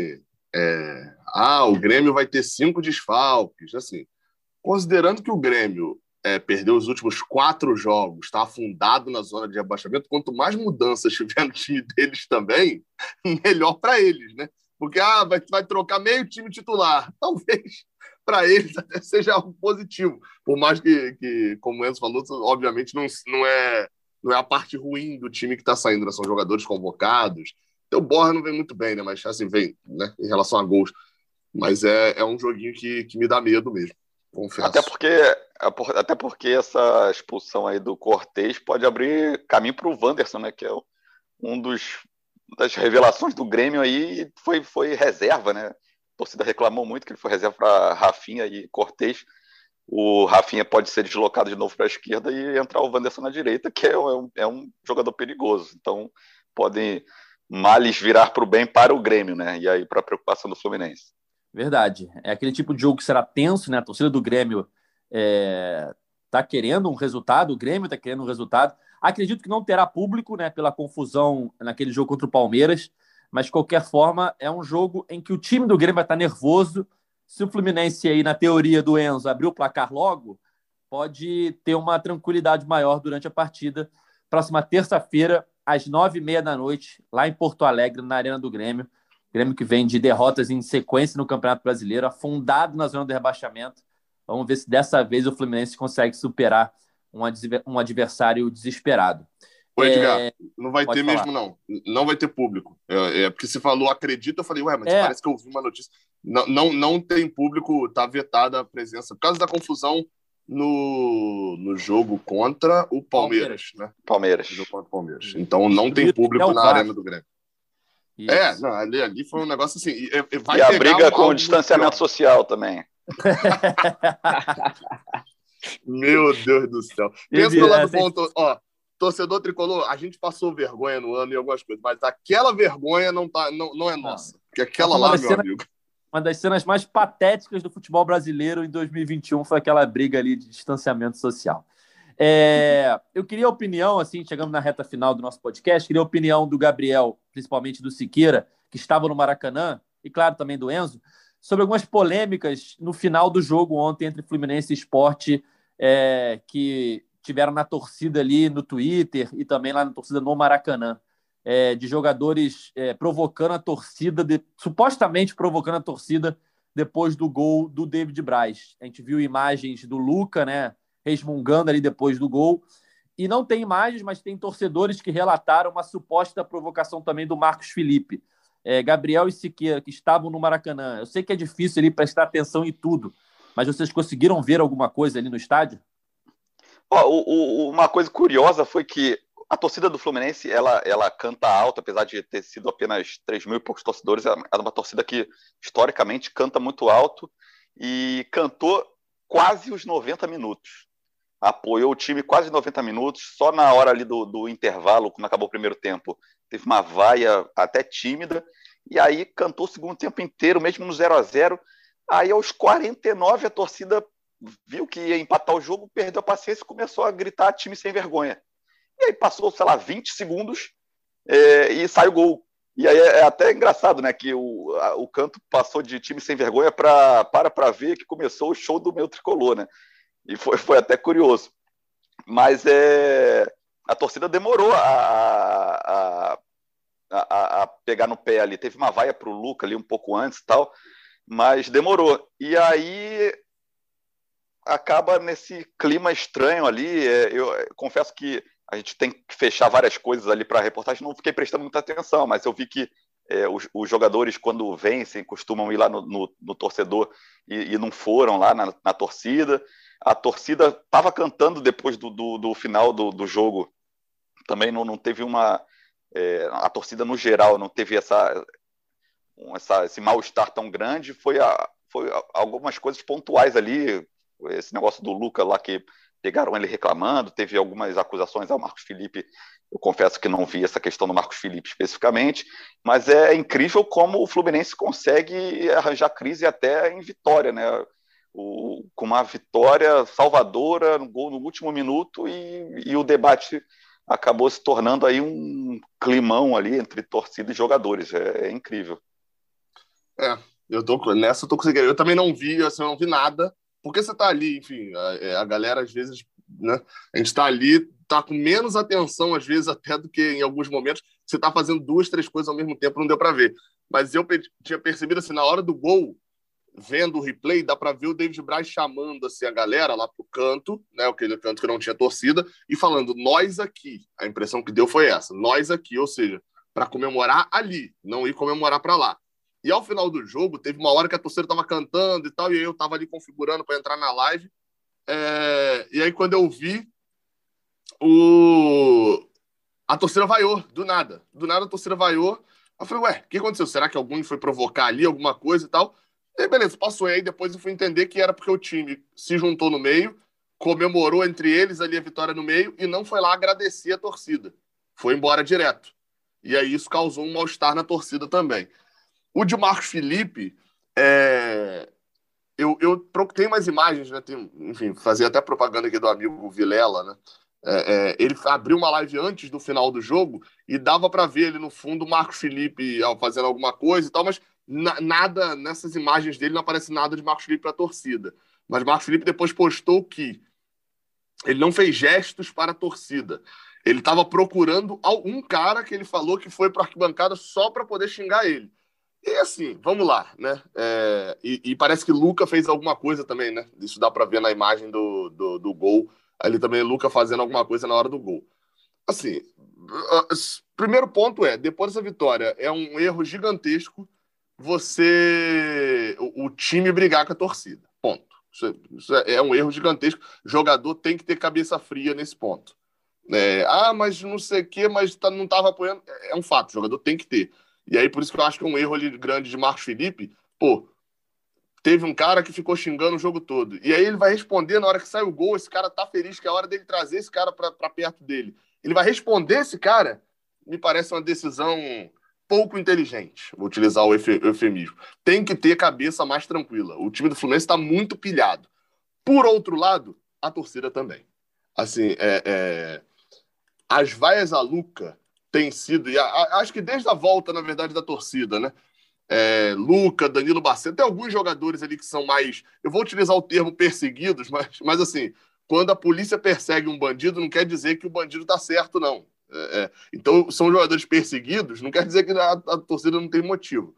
o Grêmio vai ter 5 desfalques. Assim, considerando que o Grêmio perdeu os últimos 4 jogos, está afundado na zona de rebaixamento, quanto mais mudanças tiver no time deles também, melhor para eles, né? Porque vai trocar meio time titular. Talvez para eles até seja algo positivo. Por mais que como o Enzo falou, obviamente não é a parte ruim do time que está saindo, né? São jogadores convocados. O Borja não vem muito bem, né? Mas assim, vem, né? Em relação a gols. Mas é um joguinho que me dá medo mesmo. confesso. Até porque essa expulsão aí do Cortez pode abrir caminho para o Wanderson, né? Que é das revelações do Grêmio aí, foi reserva, né? A torcida reclamou muito que ele foi reserva para Rafinha e Cortez. O Rafinha pode ser deslocado de novo para a esquerda e entrar o Wanderson na direita, que é um jogador perigoso. Então, podem males virar para o bem para o Grêmio, né? E aí para a preocupação do Fluminense. Verdade. É aquele tipo de jogo que será tenso, né? A torcida do Grêmio tá querendo um resultado, o Grêmio está querendo um resultado. Acredito que não terá público, né? Pela confusão naquele jogo contra o Palmeiras, mas de qualquer forma é um jogo em que o time do Grêmio vai estar nervoso. Se o Fluminense aí, na teoria do Enzo, abrir o placar logo, pode ter uma tranquilidade maior durante a partida. Próxima terça-feira, às 9h30 da noite, lá em Porto Alegre, na Arena do Grêmio. Grêmio que vem de derrotas em sequência no Campeonato Brasileiro, afundado na zona do rebaixamento. Vamos ver se dessa vez o Fluminense consegue superar um adversário desesperado. Ô, Edgar, não vai ter falar. mesmo, não. Não vai ter público. Porque você falou acredita, eu falei, mas parece que eu ouvi uma notícia. Não tem público, tá vetada a presença. Por causa da confusão no jogo contra o Palmeiras, né? Palmeiras. No jogo contra o Palmeiras. Então não tem público na Arena do Grêmio. Isso. Não, ali foi um negócio assim. E a briga com o distanciamento social também. Meu Deus do céu. Pensa no lado bom, torcedor tricolor, a gente passou vergonha no ano e algumas coisas, mas aquela vergonha não é nossa. Porque aquela lá, meu amigo. Uma das cenas mais patéticas do futebol brasileiro em 2021 foi aquela briga ali de distanciamento social. Eu queria a opinião, assim, chegando na reta final do nosso podcast, queria a opinião do Gabriel, principalmente do Siqueira, que estava no Maracanã, e claro, também do Enzo, sobre algumas polêmicas no final do jogo ontem entre Fluminense e Sport, que tiveram na torcida ali no Twitter e também lá na torcida no Maracanã, de jogadores provocando a torcida, supostamente provocando a torcida depois do gol do David Braz. A gente viu imagens do Luca, né, resmungando ali depois do gol, e não tem imagens, mas tem torcedores que relataram uma suposta provocação também do Marcos Felipe. Gabriel e Siqueira, que estavam no Maracanã. Eu sei que é difícil ali prestar atenção em tudo, mas vocês conseguiram ver alguma coisa ali no estádio? Uma coisa curiosa foi que a torcida do Fluminense, ela canta alto, apesar de ter sido apenas 3 mil e poucos torcedores, é uma torcida que, historicamente, canta muito alto e cantou quase os 90 minutos. Apoiou o time quase 90 minutos, só na hora ali do intervalo, quando acabou o primeiro tempo, teve uma vaia até tímida, e aí cantou o segundo tempo inteiro, mesmo no 0-0. Aí, aos 49, a torcida viu que ia empatar o jogo, perdeu a paciência e começou a gritar time sem vergonha. E aí passou, sei lá, 20 segundos e saiu o gol. E aí é até engraçado, né, que o canto passou de time sem vergonha para ver que começou o show do meu tricolor, né? E foi até curioso. Mas a torcida demorou a pegar no pé ali. Teve uma vaia para o Luca ali um pouco antes e tal, mas demorou. E aí acaba nesse clima estranho ali. Eu confesso que a gente tem que fechar várias coisas ali para a reportagem, não fiquei prestando muita atenção, mas eu vi que os jogadores, quando vencem, costumam ir lá no torcedor e não foram lá na torcida. A torcida estava cantando depois do final do jogo. Também não teve a torcida, no geral, não teve esse mal-estar tão grande. Foi algumas coisas pontuais ali. Esse negócio do Luca lá, que pegaram ele reclamando, teve algumas acusações ao Marcos Felipe. Eu confesso que não vi essa questão do Marcos Felipe especificamente, mas é incrível como o Fluminense consegue arranjar crise até em vitória, né? Com uma vitória salvadora, no gol no último minuto, e o debate acabou se tornando aí um climão ali entre torcida e jogadores. É incrível. Eu tô conseguindo. Eu também não vi, assim, eu não vi nada, porque você tá ali, enfim, a galera às vezes, né, a gente tá ali, tá com menos atenção às vezes até do que em alguns momentos, você tá fazendo 2, 3 coisas ao mesmo tempo, não deu para ver. Mas eu tinha percebido, assim, na hora do gol, vendo o replay, dá para ver o David Braz chamando assim, a galera lá pro canto, né, aquele canto que não tinha torcida, e falando, nós aqui. A impressão que deu foi essa, nós aqui, ou seja, para comemorar ali, não ir comemorar para lá. E ao final do jogo, teve uma hora que a torcida estava cantando e tal, e eu estava ali configurando para entrar na live. E aí, quando eu vi, a torcida vaiou, do nada. Do nada a torcida vaiou. Eu falei, ué, o que aconteceu? Será que alguém foi provocar ali alguma coisa e tal? E aí, beleza, passou. E aí depois eu fui entender que era porque o time se juntou no meio, comemorou entre eles ali a vitória no meio e não foi lá agradecer a torcida. Foi embora direto. E aí isso causou um mal-estar na torcida também. O de Marcos Felipe, eu tenho umas imagens, né? Enfim, fazia até propaganda aqui do amigo Vilela, né? Ele abriu uma live antes do final do jogo e dava para ver ali no fundo o Marcos Felipe fazendo alguma coisa e tal, mas nada nessas imagens dele não aparece nada de Marcos Felipe para a torcida. Mas Marcos Felipe depois postou que ele não fez gestos para a torcida. Ele estava procurando um cara que ele falou que foi para a arquibancada só para poder xingar ele. E assim, vamos lá, né? E parece que Luca fez alguma coisa também, né? Isso dá para ver na imagem do gol. Ali também Luca fazendo alguma coisa na hora do gol. Assim, primeiro ponto depois dessa vitória, é um erro gigantesco o time brigar com a torcida. Ponto. Isso é um erro gigantesco. O jogador tem que ter cabeça fria nesse ponto. Mas não sei o quê, mas não estava apoiando. É um fato, o jogador tem que ter. E aí, por isso que eu acho que é um erro ali grande de Marcos Felipe. Pô, teve um cara que ficou xingando o jogo todo. E aí ele vai responder na hora que sai o gol, esse cara tá feliz que é a hora dele trazer esse cara pra perto dele. Ele vai responder esse cara, me parece uma decisão pouco inteligente, vou utilizar o eufemismo. Tem que ter cabeça mais tranquila. O time do Fluminense tá muito pilhado. Por outro lado, a torcida também. Assim, as vaias a Luca têm sido, e acho que desde a volta, na verdade, da torcida, né? Luca, Danilo Barcelos, tem alguns jogadores ali que são mais, eu vou utilizar o termo perseguidos, mas assim, quando a polícia persegue um bandido, não quer dizer que o bandido tá certo, não. Então, são jogadores perseguidos, não quer dizer que a torcida não tem motivo.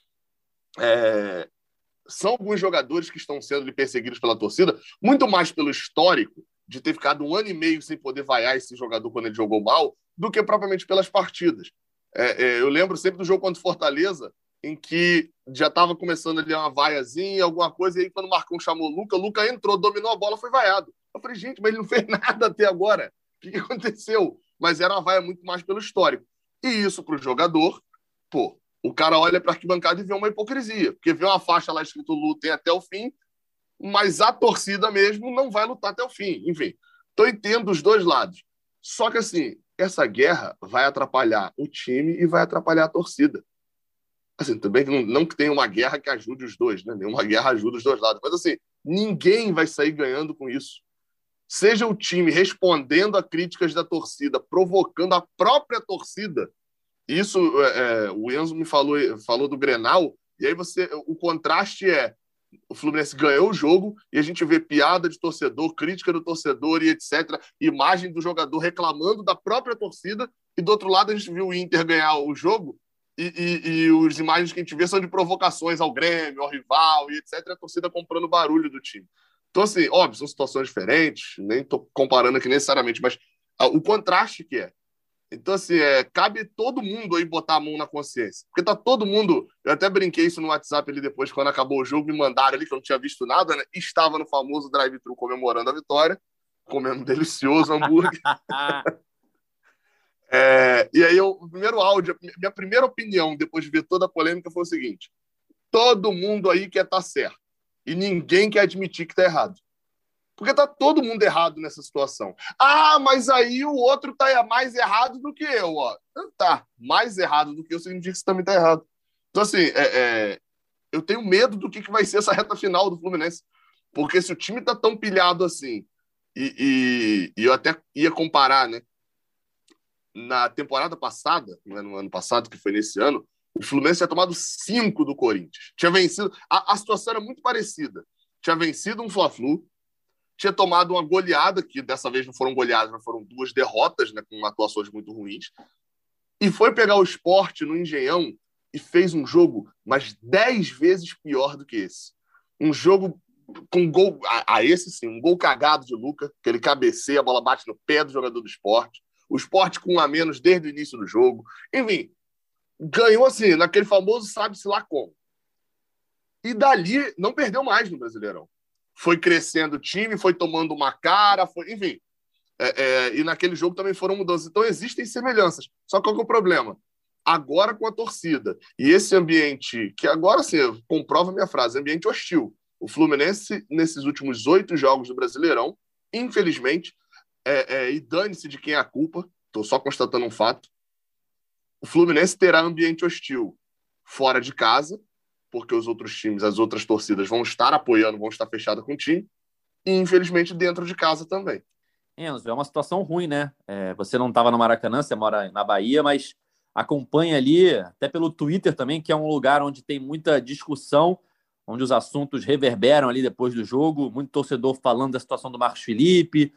São alguns jogadores que estão sendo perseguidos pela torcida, muito mais pelo histórico de ter ficado 1 ano e meio sem poder vaiar esse jogador quando ele jogou mal, do que propriamente pelas partidas. Eu lembro sempre do jogo contra o Fortaleza, em que já estava começando ali uma vaiazinha, alguma coisa, e aí quando o Marcão chamou o Luca entrou, dominou a bola, foi vaiado. Eu falei, gente, mas ele não fez nada até agora. O que aconteceu? Mas era uma vaia muito mais pelo histórico. E isso para o jogador, pô, o cara olha para a arquibancada e vê uma hipocrisia, porque vê uma faixa lá escrito lutem até o fim, mas a torcida mesmo não vai lutar até o fim. Enfim, então entendo os dois lados. Só que assim, essa guerra vai atrapalhar o time e vai atrapalhar a torcida. Assim, também não que tenha uma guerra que ajude os dois, né? Nenhuma guerra ajuda os dois lados. Mas assim, ninguém vai sair ganhando com isso. Seja o time respondendo a críticas da torcida, provocando a própria torcida. Isso, o Enzo me falou do Grenal, e aí o contraste o Fluminense ganhou o jogo e a gente vê piada de torcedor, crítica do torcedor e etc. Imagem do jogador reclamando da própria torcida, e do outro lado a gente viu o Inter ganhar o jogo e as imagens que a gente vê são de provocações ao Grêmio, ao rival e etc. E a torcida comprando barulho do time. Então, assim, óbvio, são situações diferentes, nem estou comparando aqui necessariamente, mas o contraste que é. Então, assim, cabe todo mundo aí botar a mão na consciência. Porque tá todo mundo... Eu até brinquei isso no WhatsApp ali depois, quando acabou o jogo, me mandaram ali, que eu não tinha visto nada, né? Estava no famoso drive-thru comemorando a vitória, comendo um delicioso hambúrguer. E aí, o primeiro áudio, minha primeira opinião, depois de ver toda a polêmica, foi o seguinte: todo mundo aí quer estar certo. E ninguém quer admitir que tá errado. Porque tá todo mundo errado nessa situação. Mas aí o outro tá mais errado do que eu, ó. Tá, mais errado do que eu significa que você também tá errado. Então, assim, eu tenho medo do que vai ser essa reta final do Fluminense. Porque se o time tá tão pilhado assim, e eu até ia comparar, né? Na temporada passada, no ano passado, que foi nesse ano, o Fluminense tinha tomado 5 do Corinthians. Tinha vencido... A situação era muito parecida. Tinha vencido um Fla-Flu, tinha tomado uma goleada, que dessa vez não foram goleadas, mas foram 2 derrotas, né, com atuações muito ruins, e foi pegar o Sport no Engenhão e fez um jogo mais 10 vezes pior do que esse. Um jogo com gol... esse sim, um gol cagado de Luca, que ele cabeceia, a bola bate no pé do jogador do Sport. O Sport com 1 a menos desde o início do jogo. Enfim, ganhou assim, naquele famoso sabe-se lá como. E dali não perdeu mais no Brasileirão. Foi crescendo o time, foi tomando uma cara, enfim. E naquele jogo também foram mudanças. Então existem semelhanças. Só que qual que é o problema? Agora com a torcida. E esse ambiente, que agora sim, comprova a minha frase, ambiente hostil. O Fluminense, nesses últimos 8 jogos do Brasileirão, infelizmente, e dane-se de quem é a culpa, estou só constatando um fato, o Fluminense terá ambiente hostil fora de casa, porque os outros times, as outras torcidas vão estar apoiando, vão estar fechadas com o time, e infelizmente dentro de casa também. Enzo, é uma situação ruim, né? Você não estava no Maracanã, você mora na Bahia, mas acompanha ali, até pelo Twitter também, que é um lugar onde tem muita discussão, onde os assuntos reverberam ali depois do jogo, muito torcedor falando da situação do Marcos Felipe,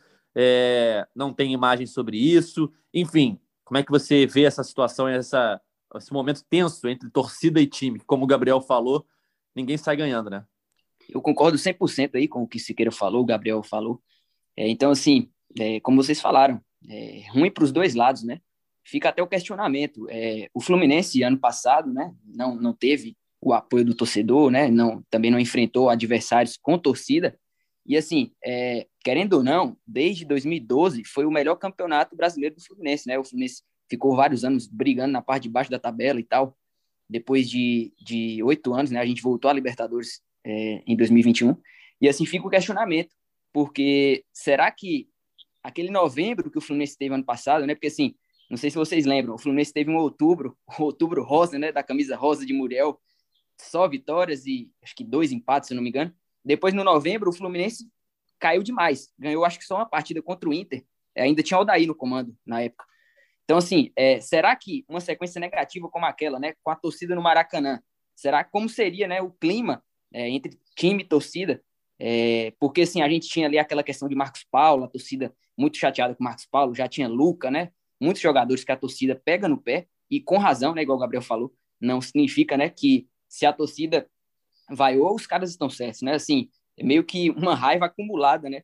não tem imagem sobre isso. Enfim, como é que você vê essa situação e esse momento tenso entre torcida e time? Como o Gabriel falou, ninguém sai ganhando, né? Eu concordo 100% aí com o que o Siqueira falou, o Gabriel falou. Então, assim, como vocês falaram, ruim para os dois lados, né? Fica até o questionamento. O Fluminense, ano passado, né, não teve o apoio do torcedor, né? Também não enfrentou adversários com torcida. E, assim, querendo ou não, desde 2012 foi o melhor campeonato brasileiro do Fluminense, né? O Fluminense ficou vários anos brigando na parte de baixo da tabela e tal. Depois de 8 anos, né, a gente voltou à Libertadores em 2021. E, assim, fica o questionamento. Porque será que aquele novembro que o Fluminense teve ano passado, né? Porque, assim, não sei se vocês lembram, o Fluminense teve um outubro rosa, né? Da camisa rosa de Muriel, só vitórias e acho que 2 empates, se não me engano. Depois, no novembro, o Fluminense caiu demais. Ganhou, acho que só uma partida contra o Inter. Ainda tinha o Odair no comando na época. Então, assim, será que uma sequência negativa como aquela, né? Com a torcida no Maracanã, como seria, né? O clima entre time e torcida? Porque, assim, a gente tinha ali aquela questão de Marcos Paulo, a torcida muito chateada com o Marcos Paulo, já tinha Luca, né? Muitos jogadores que a torcida pega no pé, e com razão, né? Igual o Gabriel falou, não significa, né? Que se a torcida vai ou os caras estão certos, né? Assim, é meio que uma raiva acumulada, né?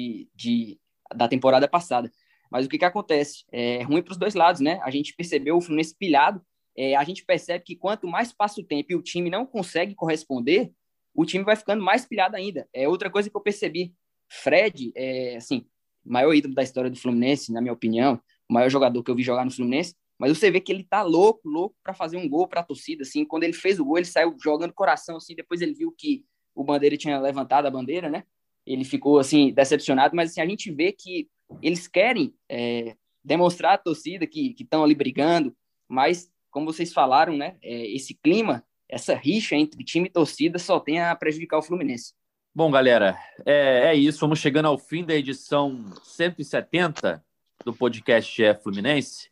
Da temporada passada. Mas o que acontece? É ruim para os dois lados, né? A gente percebeu o Fluminense pilhado, a gente percebe que quanto mais passa o tempo e o time não consegue corresponder, o time vai ficando mais pilhado ainda. Outra coisa que eu percebi, Fred, assim, maior ídolo da história do Fluminense, na minha opinião, o maior jogador que eu vi jogar no Fluminense, mas você vê que ele tá louco para fazer um gol para a torcida, assim, quando ele fez o gol, ele saiu jogando coração, assim, depois ele viu que o Bandeira tinha levantado a bandeira, né? Ele ficou, assim, decepcionado, mas, assim, a gente vê que eles querem demonstrar à torcida que estão ali brigando, mas, como vocês falaram, né, esse clima, essa rixa entre time e torcida só tem a prejudicar o Fluminense. Bom, galera, é isso. Vamos chegando ao fim da edição 170 do podcast Fluminense.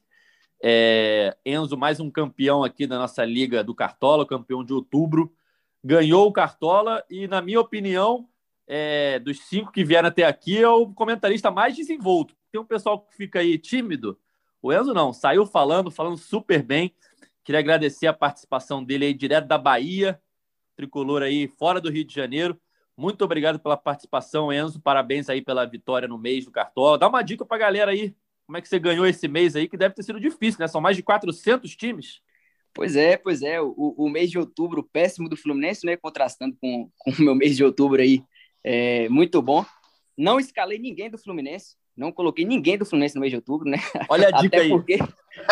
Enzo, mais um campeão aqui da nossa Liga do Cartola, campeão de outubro. Ganhou o Cartola e, na minha opinião, dos 5 que vieram até aqui, é o comentarista mais desenvolto. Tem um pessoal que fica aí tímido. O Enzo não, saiu falando super bem. Queria agradecer a participação dele aí direto da Bahia, tricolor aí fora do Rio de Janeiro. Muito obrigado pela participação, Enzo. Parabéns aí pela vitória no mês do Cartola. Dá uma dica pra galera aí. Como é que você ganhou esse mês aí, que deve ter sido difícil, né? São mais de 400 times. Pois é. O mês de outubro péssimo do Fluminense, né? Contrastando com o meu mês de outubro aí. Muito bom. Não escalei ninguém do Fluminense. Não coloquei ninguém do Fluminense no mês de outubro, né? Olha a dica aí. Até porque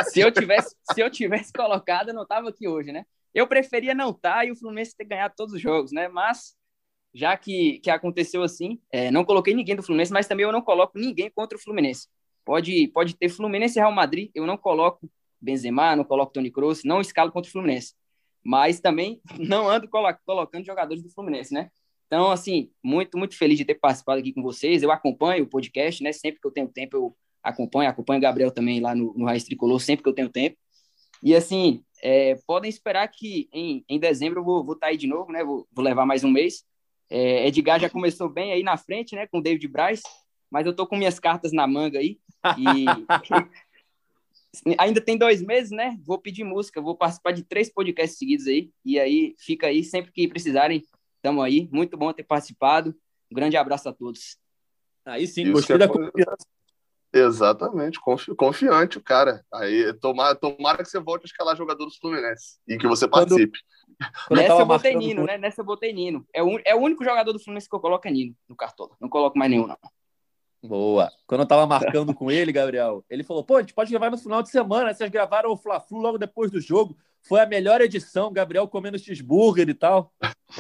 se eu tivesse colocado, eu não estava aqui hoje, né? Eu preferia não estar e o Fluminense ter ganhado todos os jogos, né? Mas, já que aconteceu assim, não coloquei ninguém do Fluminense, mas também eu não coloco ninguém contra o Fluminense. Pode ter Fluminense e Real Madrid, eu não coloco Benzema, não coloco Toni Kroos, não escalo contra o Fluminense. Mas também não ando colocando jogadores do Fluminense, né? Então, assim, muito, muito feliz de ter participado aqui com vocês. Eu acompanho o podcast, né? Sempre que eu tenho tempo, eu acompanho o Gabriel também lá no Raiz Tricolor, sempre que eu tenho tempo. E, assim, podem esperar que em dezembro eu vou estar aí de novo, né? Vou levar mais um mês. Edgar já começou bem aí na frente, né? Com o David Braz, mas eu tô com minhas cartas na manga aí. E ainda tem 2 meses, né? Vou pedir música, vou participar de 3 podcasts seguidos aí. E aí, fica aí, sempre que precisarem, estamos aí. Muito bom ter participado. Um grande abraço a todos. Aí sim, gostei da confiança. Exatamente, confiante o cara. Aí tomara que você volte a escalar jogadores do Fluminense e que você participe. Quando eu Nessa tava eu botei marcando Nino, com... né? Nessa eu botei Nino. É o único jogador do Fluminense que eu coloco é Nino no Cartola. Não coloco mais nenhum, não. Boa. Quando eu tava marcando com ele, Gabriel, ele falou, pô, a gente pode gravar no final de semana, vocês gravaram o Fla-Flu logo depois do jogo. Foi a melhor edição, Gabriel comendo cheeseburger e tal.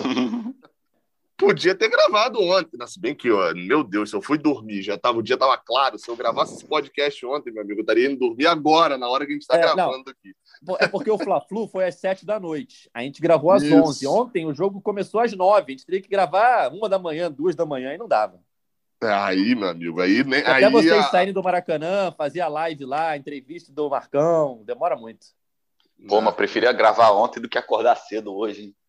Podia ter gravado ontem, né? Se bem que, ó, meu Deus, se eu fui dormir, o dia estava claro. Se eu gravasse esse podcast ontem, meu amigo, eu estaria indo dormir agora, na hora que a gente está Não, gravando aqui. é porque o Fla-Flu foi às 7 da noite. A gente gravou às Isso. 11. Ontem o jogo começou às 9. A gente teria que gravar 1 da manhã, 2 da manhã, e não dava. Aí, meu amigo, aí nem. Até Aí vocês saírem do Maracanã, fazia live lá, entrevista do Marcão, demora muito. Pô, mas preferia gravar ontem do que acordar cedo hoje, hein?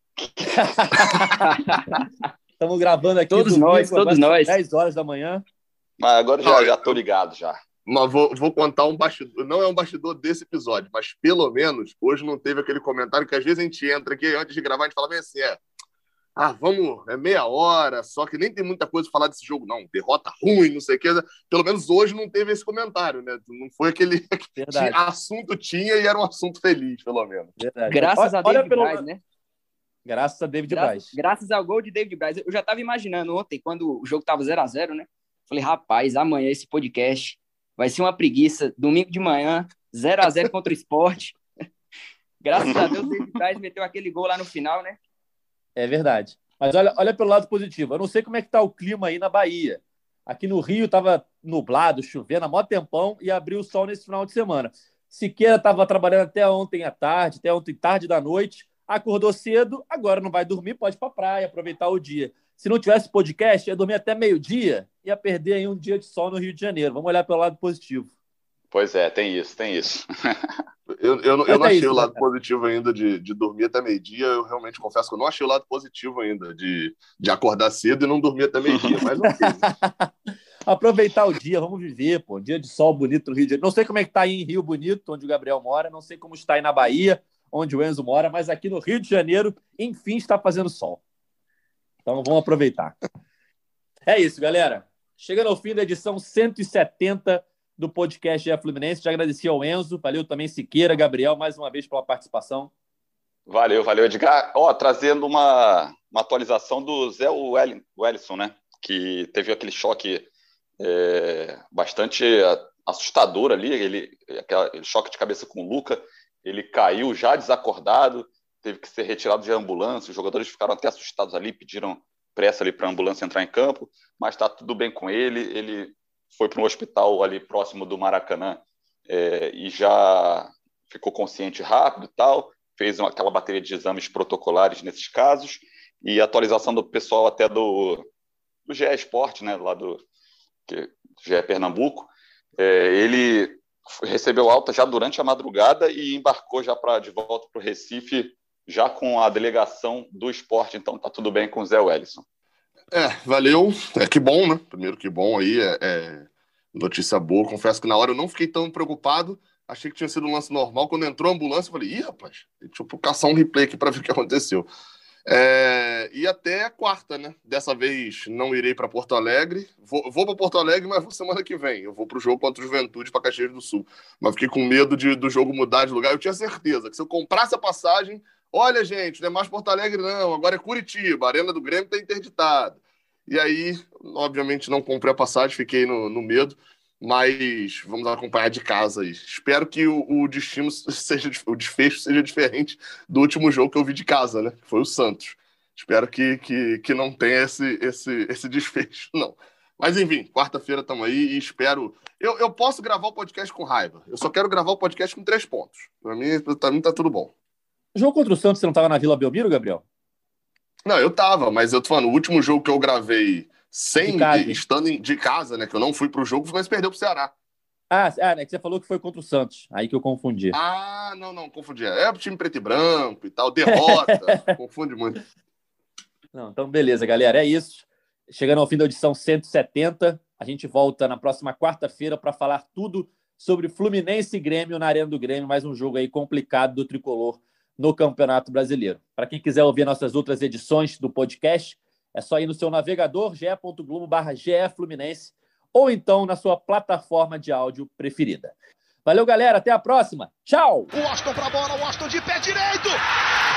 Estamos gravando aqui Todos domingo, nós. agora são 10 horas da manhã. Mas agora já tô ligado já. Mas vou contar um bastidor. Não é um bastidor desse episódio, mas pelo menos hoje não teve aquele comentário que às vezes a gente entra aqui antes de gravar, a gente fala bem assim: vamos, é meia hora, só que nem tem muita coisa pra falar desse jogo, não. Derrota ruim, não sei o que. Pelo menos hoje não teve esse comentário, né? Não foi aquele. Assunto tinha e era um assunto feliz, pelo menos. Verdade. Graças a David Braz, né? Graças a David Braz. Graças ao gol de David Braz. Eu já estava imaginando ontem, quando o jogo estava 0-0, né? Falei, rapaz, amanhã esse podcast vai ser uma preguiça. Domingo de manhã, 0-0 contra o Sport. Graças a Deus, o David Braz meteu aquele gol lá no final, né? É verdade. Mas olha pelo lado positivo. Eu não sei como é que tá o clima aí na Bahia. Aqui no Rio estava nublado, chovendo há mó tempão e abriu o sol nesse final de semana. Siqueira estava trabalhando até ontem à tarde, até ontem tarde da noite. Acordou cedo, agora não vai dormir, pode ir para a praia, aproveitar o dia. Se não tivesse podcast, ia dormir até meio-dia, ia perder aí um dia de sol no Rio de Janeiro. Vamos olhar pelo lado positivo. Pois é, tem isso. Eu não achei o lado positivo ainda de dormir até meio-dia. Eu realmente confesso que eu não achei o lado positivo ainda de acordar cedo e não dormir até meio-dia, mas ok. Aproveitar o dia, vamos viver, pô. Dia de sol bonito no Rio de Janeiro. Não sei como é que tá aí em Rio Bonito, onde o Gabriel mora, não sei como está aí na Bahia, onde o Enzo mora, mas aqui no Rio de Janeiro, enfim, está fazendo sol. Então vamos aproveitar. É isso, galera. Chegando ao fim da edição 170 do podcast GE Fluminense. Já agradeci ao Enzo, valeu também Siqueira, Gabriel, mais uma vez pela participação. Valeu, Edgar. Trazendo uma atualização do Zé Wellison, né? Que teve aquele choque bastante assustador ali, aquele choque de cabeça com o Luca. Ele caiu já desacordado, teve que ser retirado de ambulância. Os jogadores ficaram até assustados ali, pediram pressa ali para a ambulância entrar em campo, mas está tudo bem com ele. Ele foi para um hospital ali próximo do Maracanã e já ficou consciente rápido e tal, fez aquela bateria de exames protocolares nesses casos, e atualização do pessoal até do GE Esporte, né, lá do GE Pernambuco. Ele recebeu alta já durante a madrugada e embarcou já de volta para o Recife, já com a delegação do esporte. Então tá tudo bem com o Zé Wellison. Valeu. Que bom, né? Primeiro, que bom aí. Notícia boa. Confesso que na hora eu não fiquei tão preocupado. Achei que tinha sido um lance normal. Quando entrou a ambulância, eu falei, rapaz, deixa eu caçar um replay aqui para ver o que aconteceu. E até quarta, né? Dessa vez não irei para Porto Alegre. Vou para Porto Alegre, mas vou semana que vem. Eu vou para o jogo contra o Juventude para Caxias do Sul. Mas fiquei com medo do jogo mudar de lugar. Eu tinha certeza que se eu comprasse a passagem, olha, gente, não é mais Porto Alegre, não. Agora é Curitiba. A Arena do Grêmio está interditada. E aí, obviamente, não comprei a passagem, fiquei no medo. Mas vamos acompanhar de casa aí. Espero que o desfecho seja diferente do último jogo que eu vi de casa, né? Que foi o Santos. Espero que não tenha esse desfecho, não. Mas, enfim, quarta-feira estamos aí e espero... Eu posso gravar o podcast com raiva. Eu só quero gravar o podcast com 3 pontos. Para mim tá tudo bom. O jogo contra o Santos, você não estava na Vila Belmiro, Gabriel? Não, eu tava, mas eu tô falando, o último jogo que eu gravei estando de casa, né? Que eu não fui pro jogo, mas perdeu pro Ceará. Né? Que você falou que foi contra o Santos. Aí que eu confundi. Não, confundi. É time preto e branco e tal, derrota. Confunde muito. Não, então beleza, galera. É isso. Chegando ao fim da edição 170, a gente volta na próxima quarta-feira para falar tudo sobre Fluminense e Grêmio na Arena do Grêmio. Mais um jogo aí complicado do Tricolor no Campeonato Brasileiro. Para quem quiser ouvir nossas outras edições do podcast, é só ir no seu navegador, ge.globo/GE Fluminense, ou então na sua plataforma de áudio preferida. Valeu, galera. Até a próxima. Tchau! O Washington pra bola, o Washington de pé direito!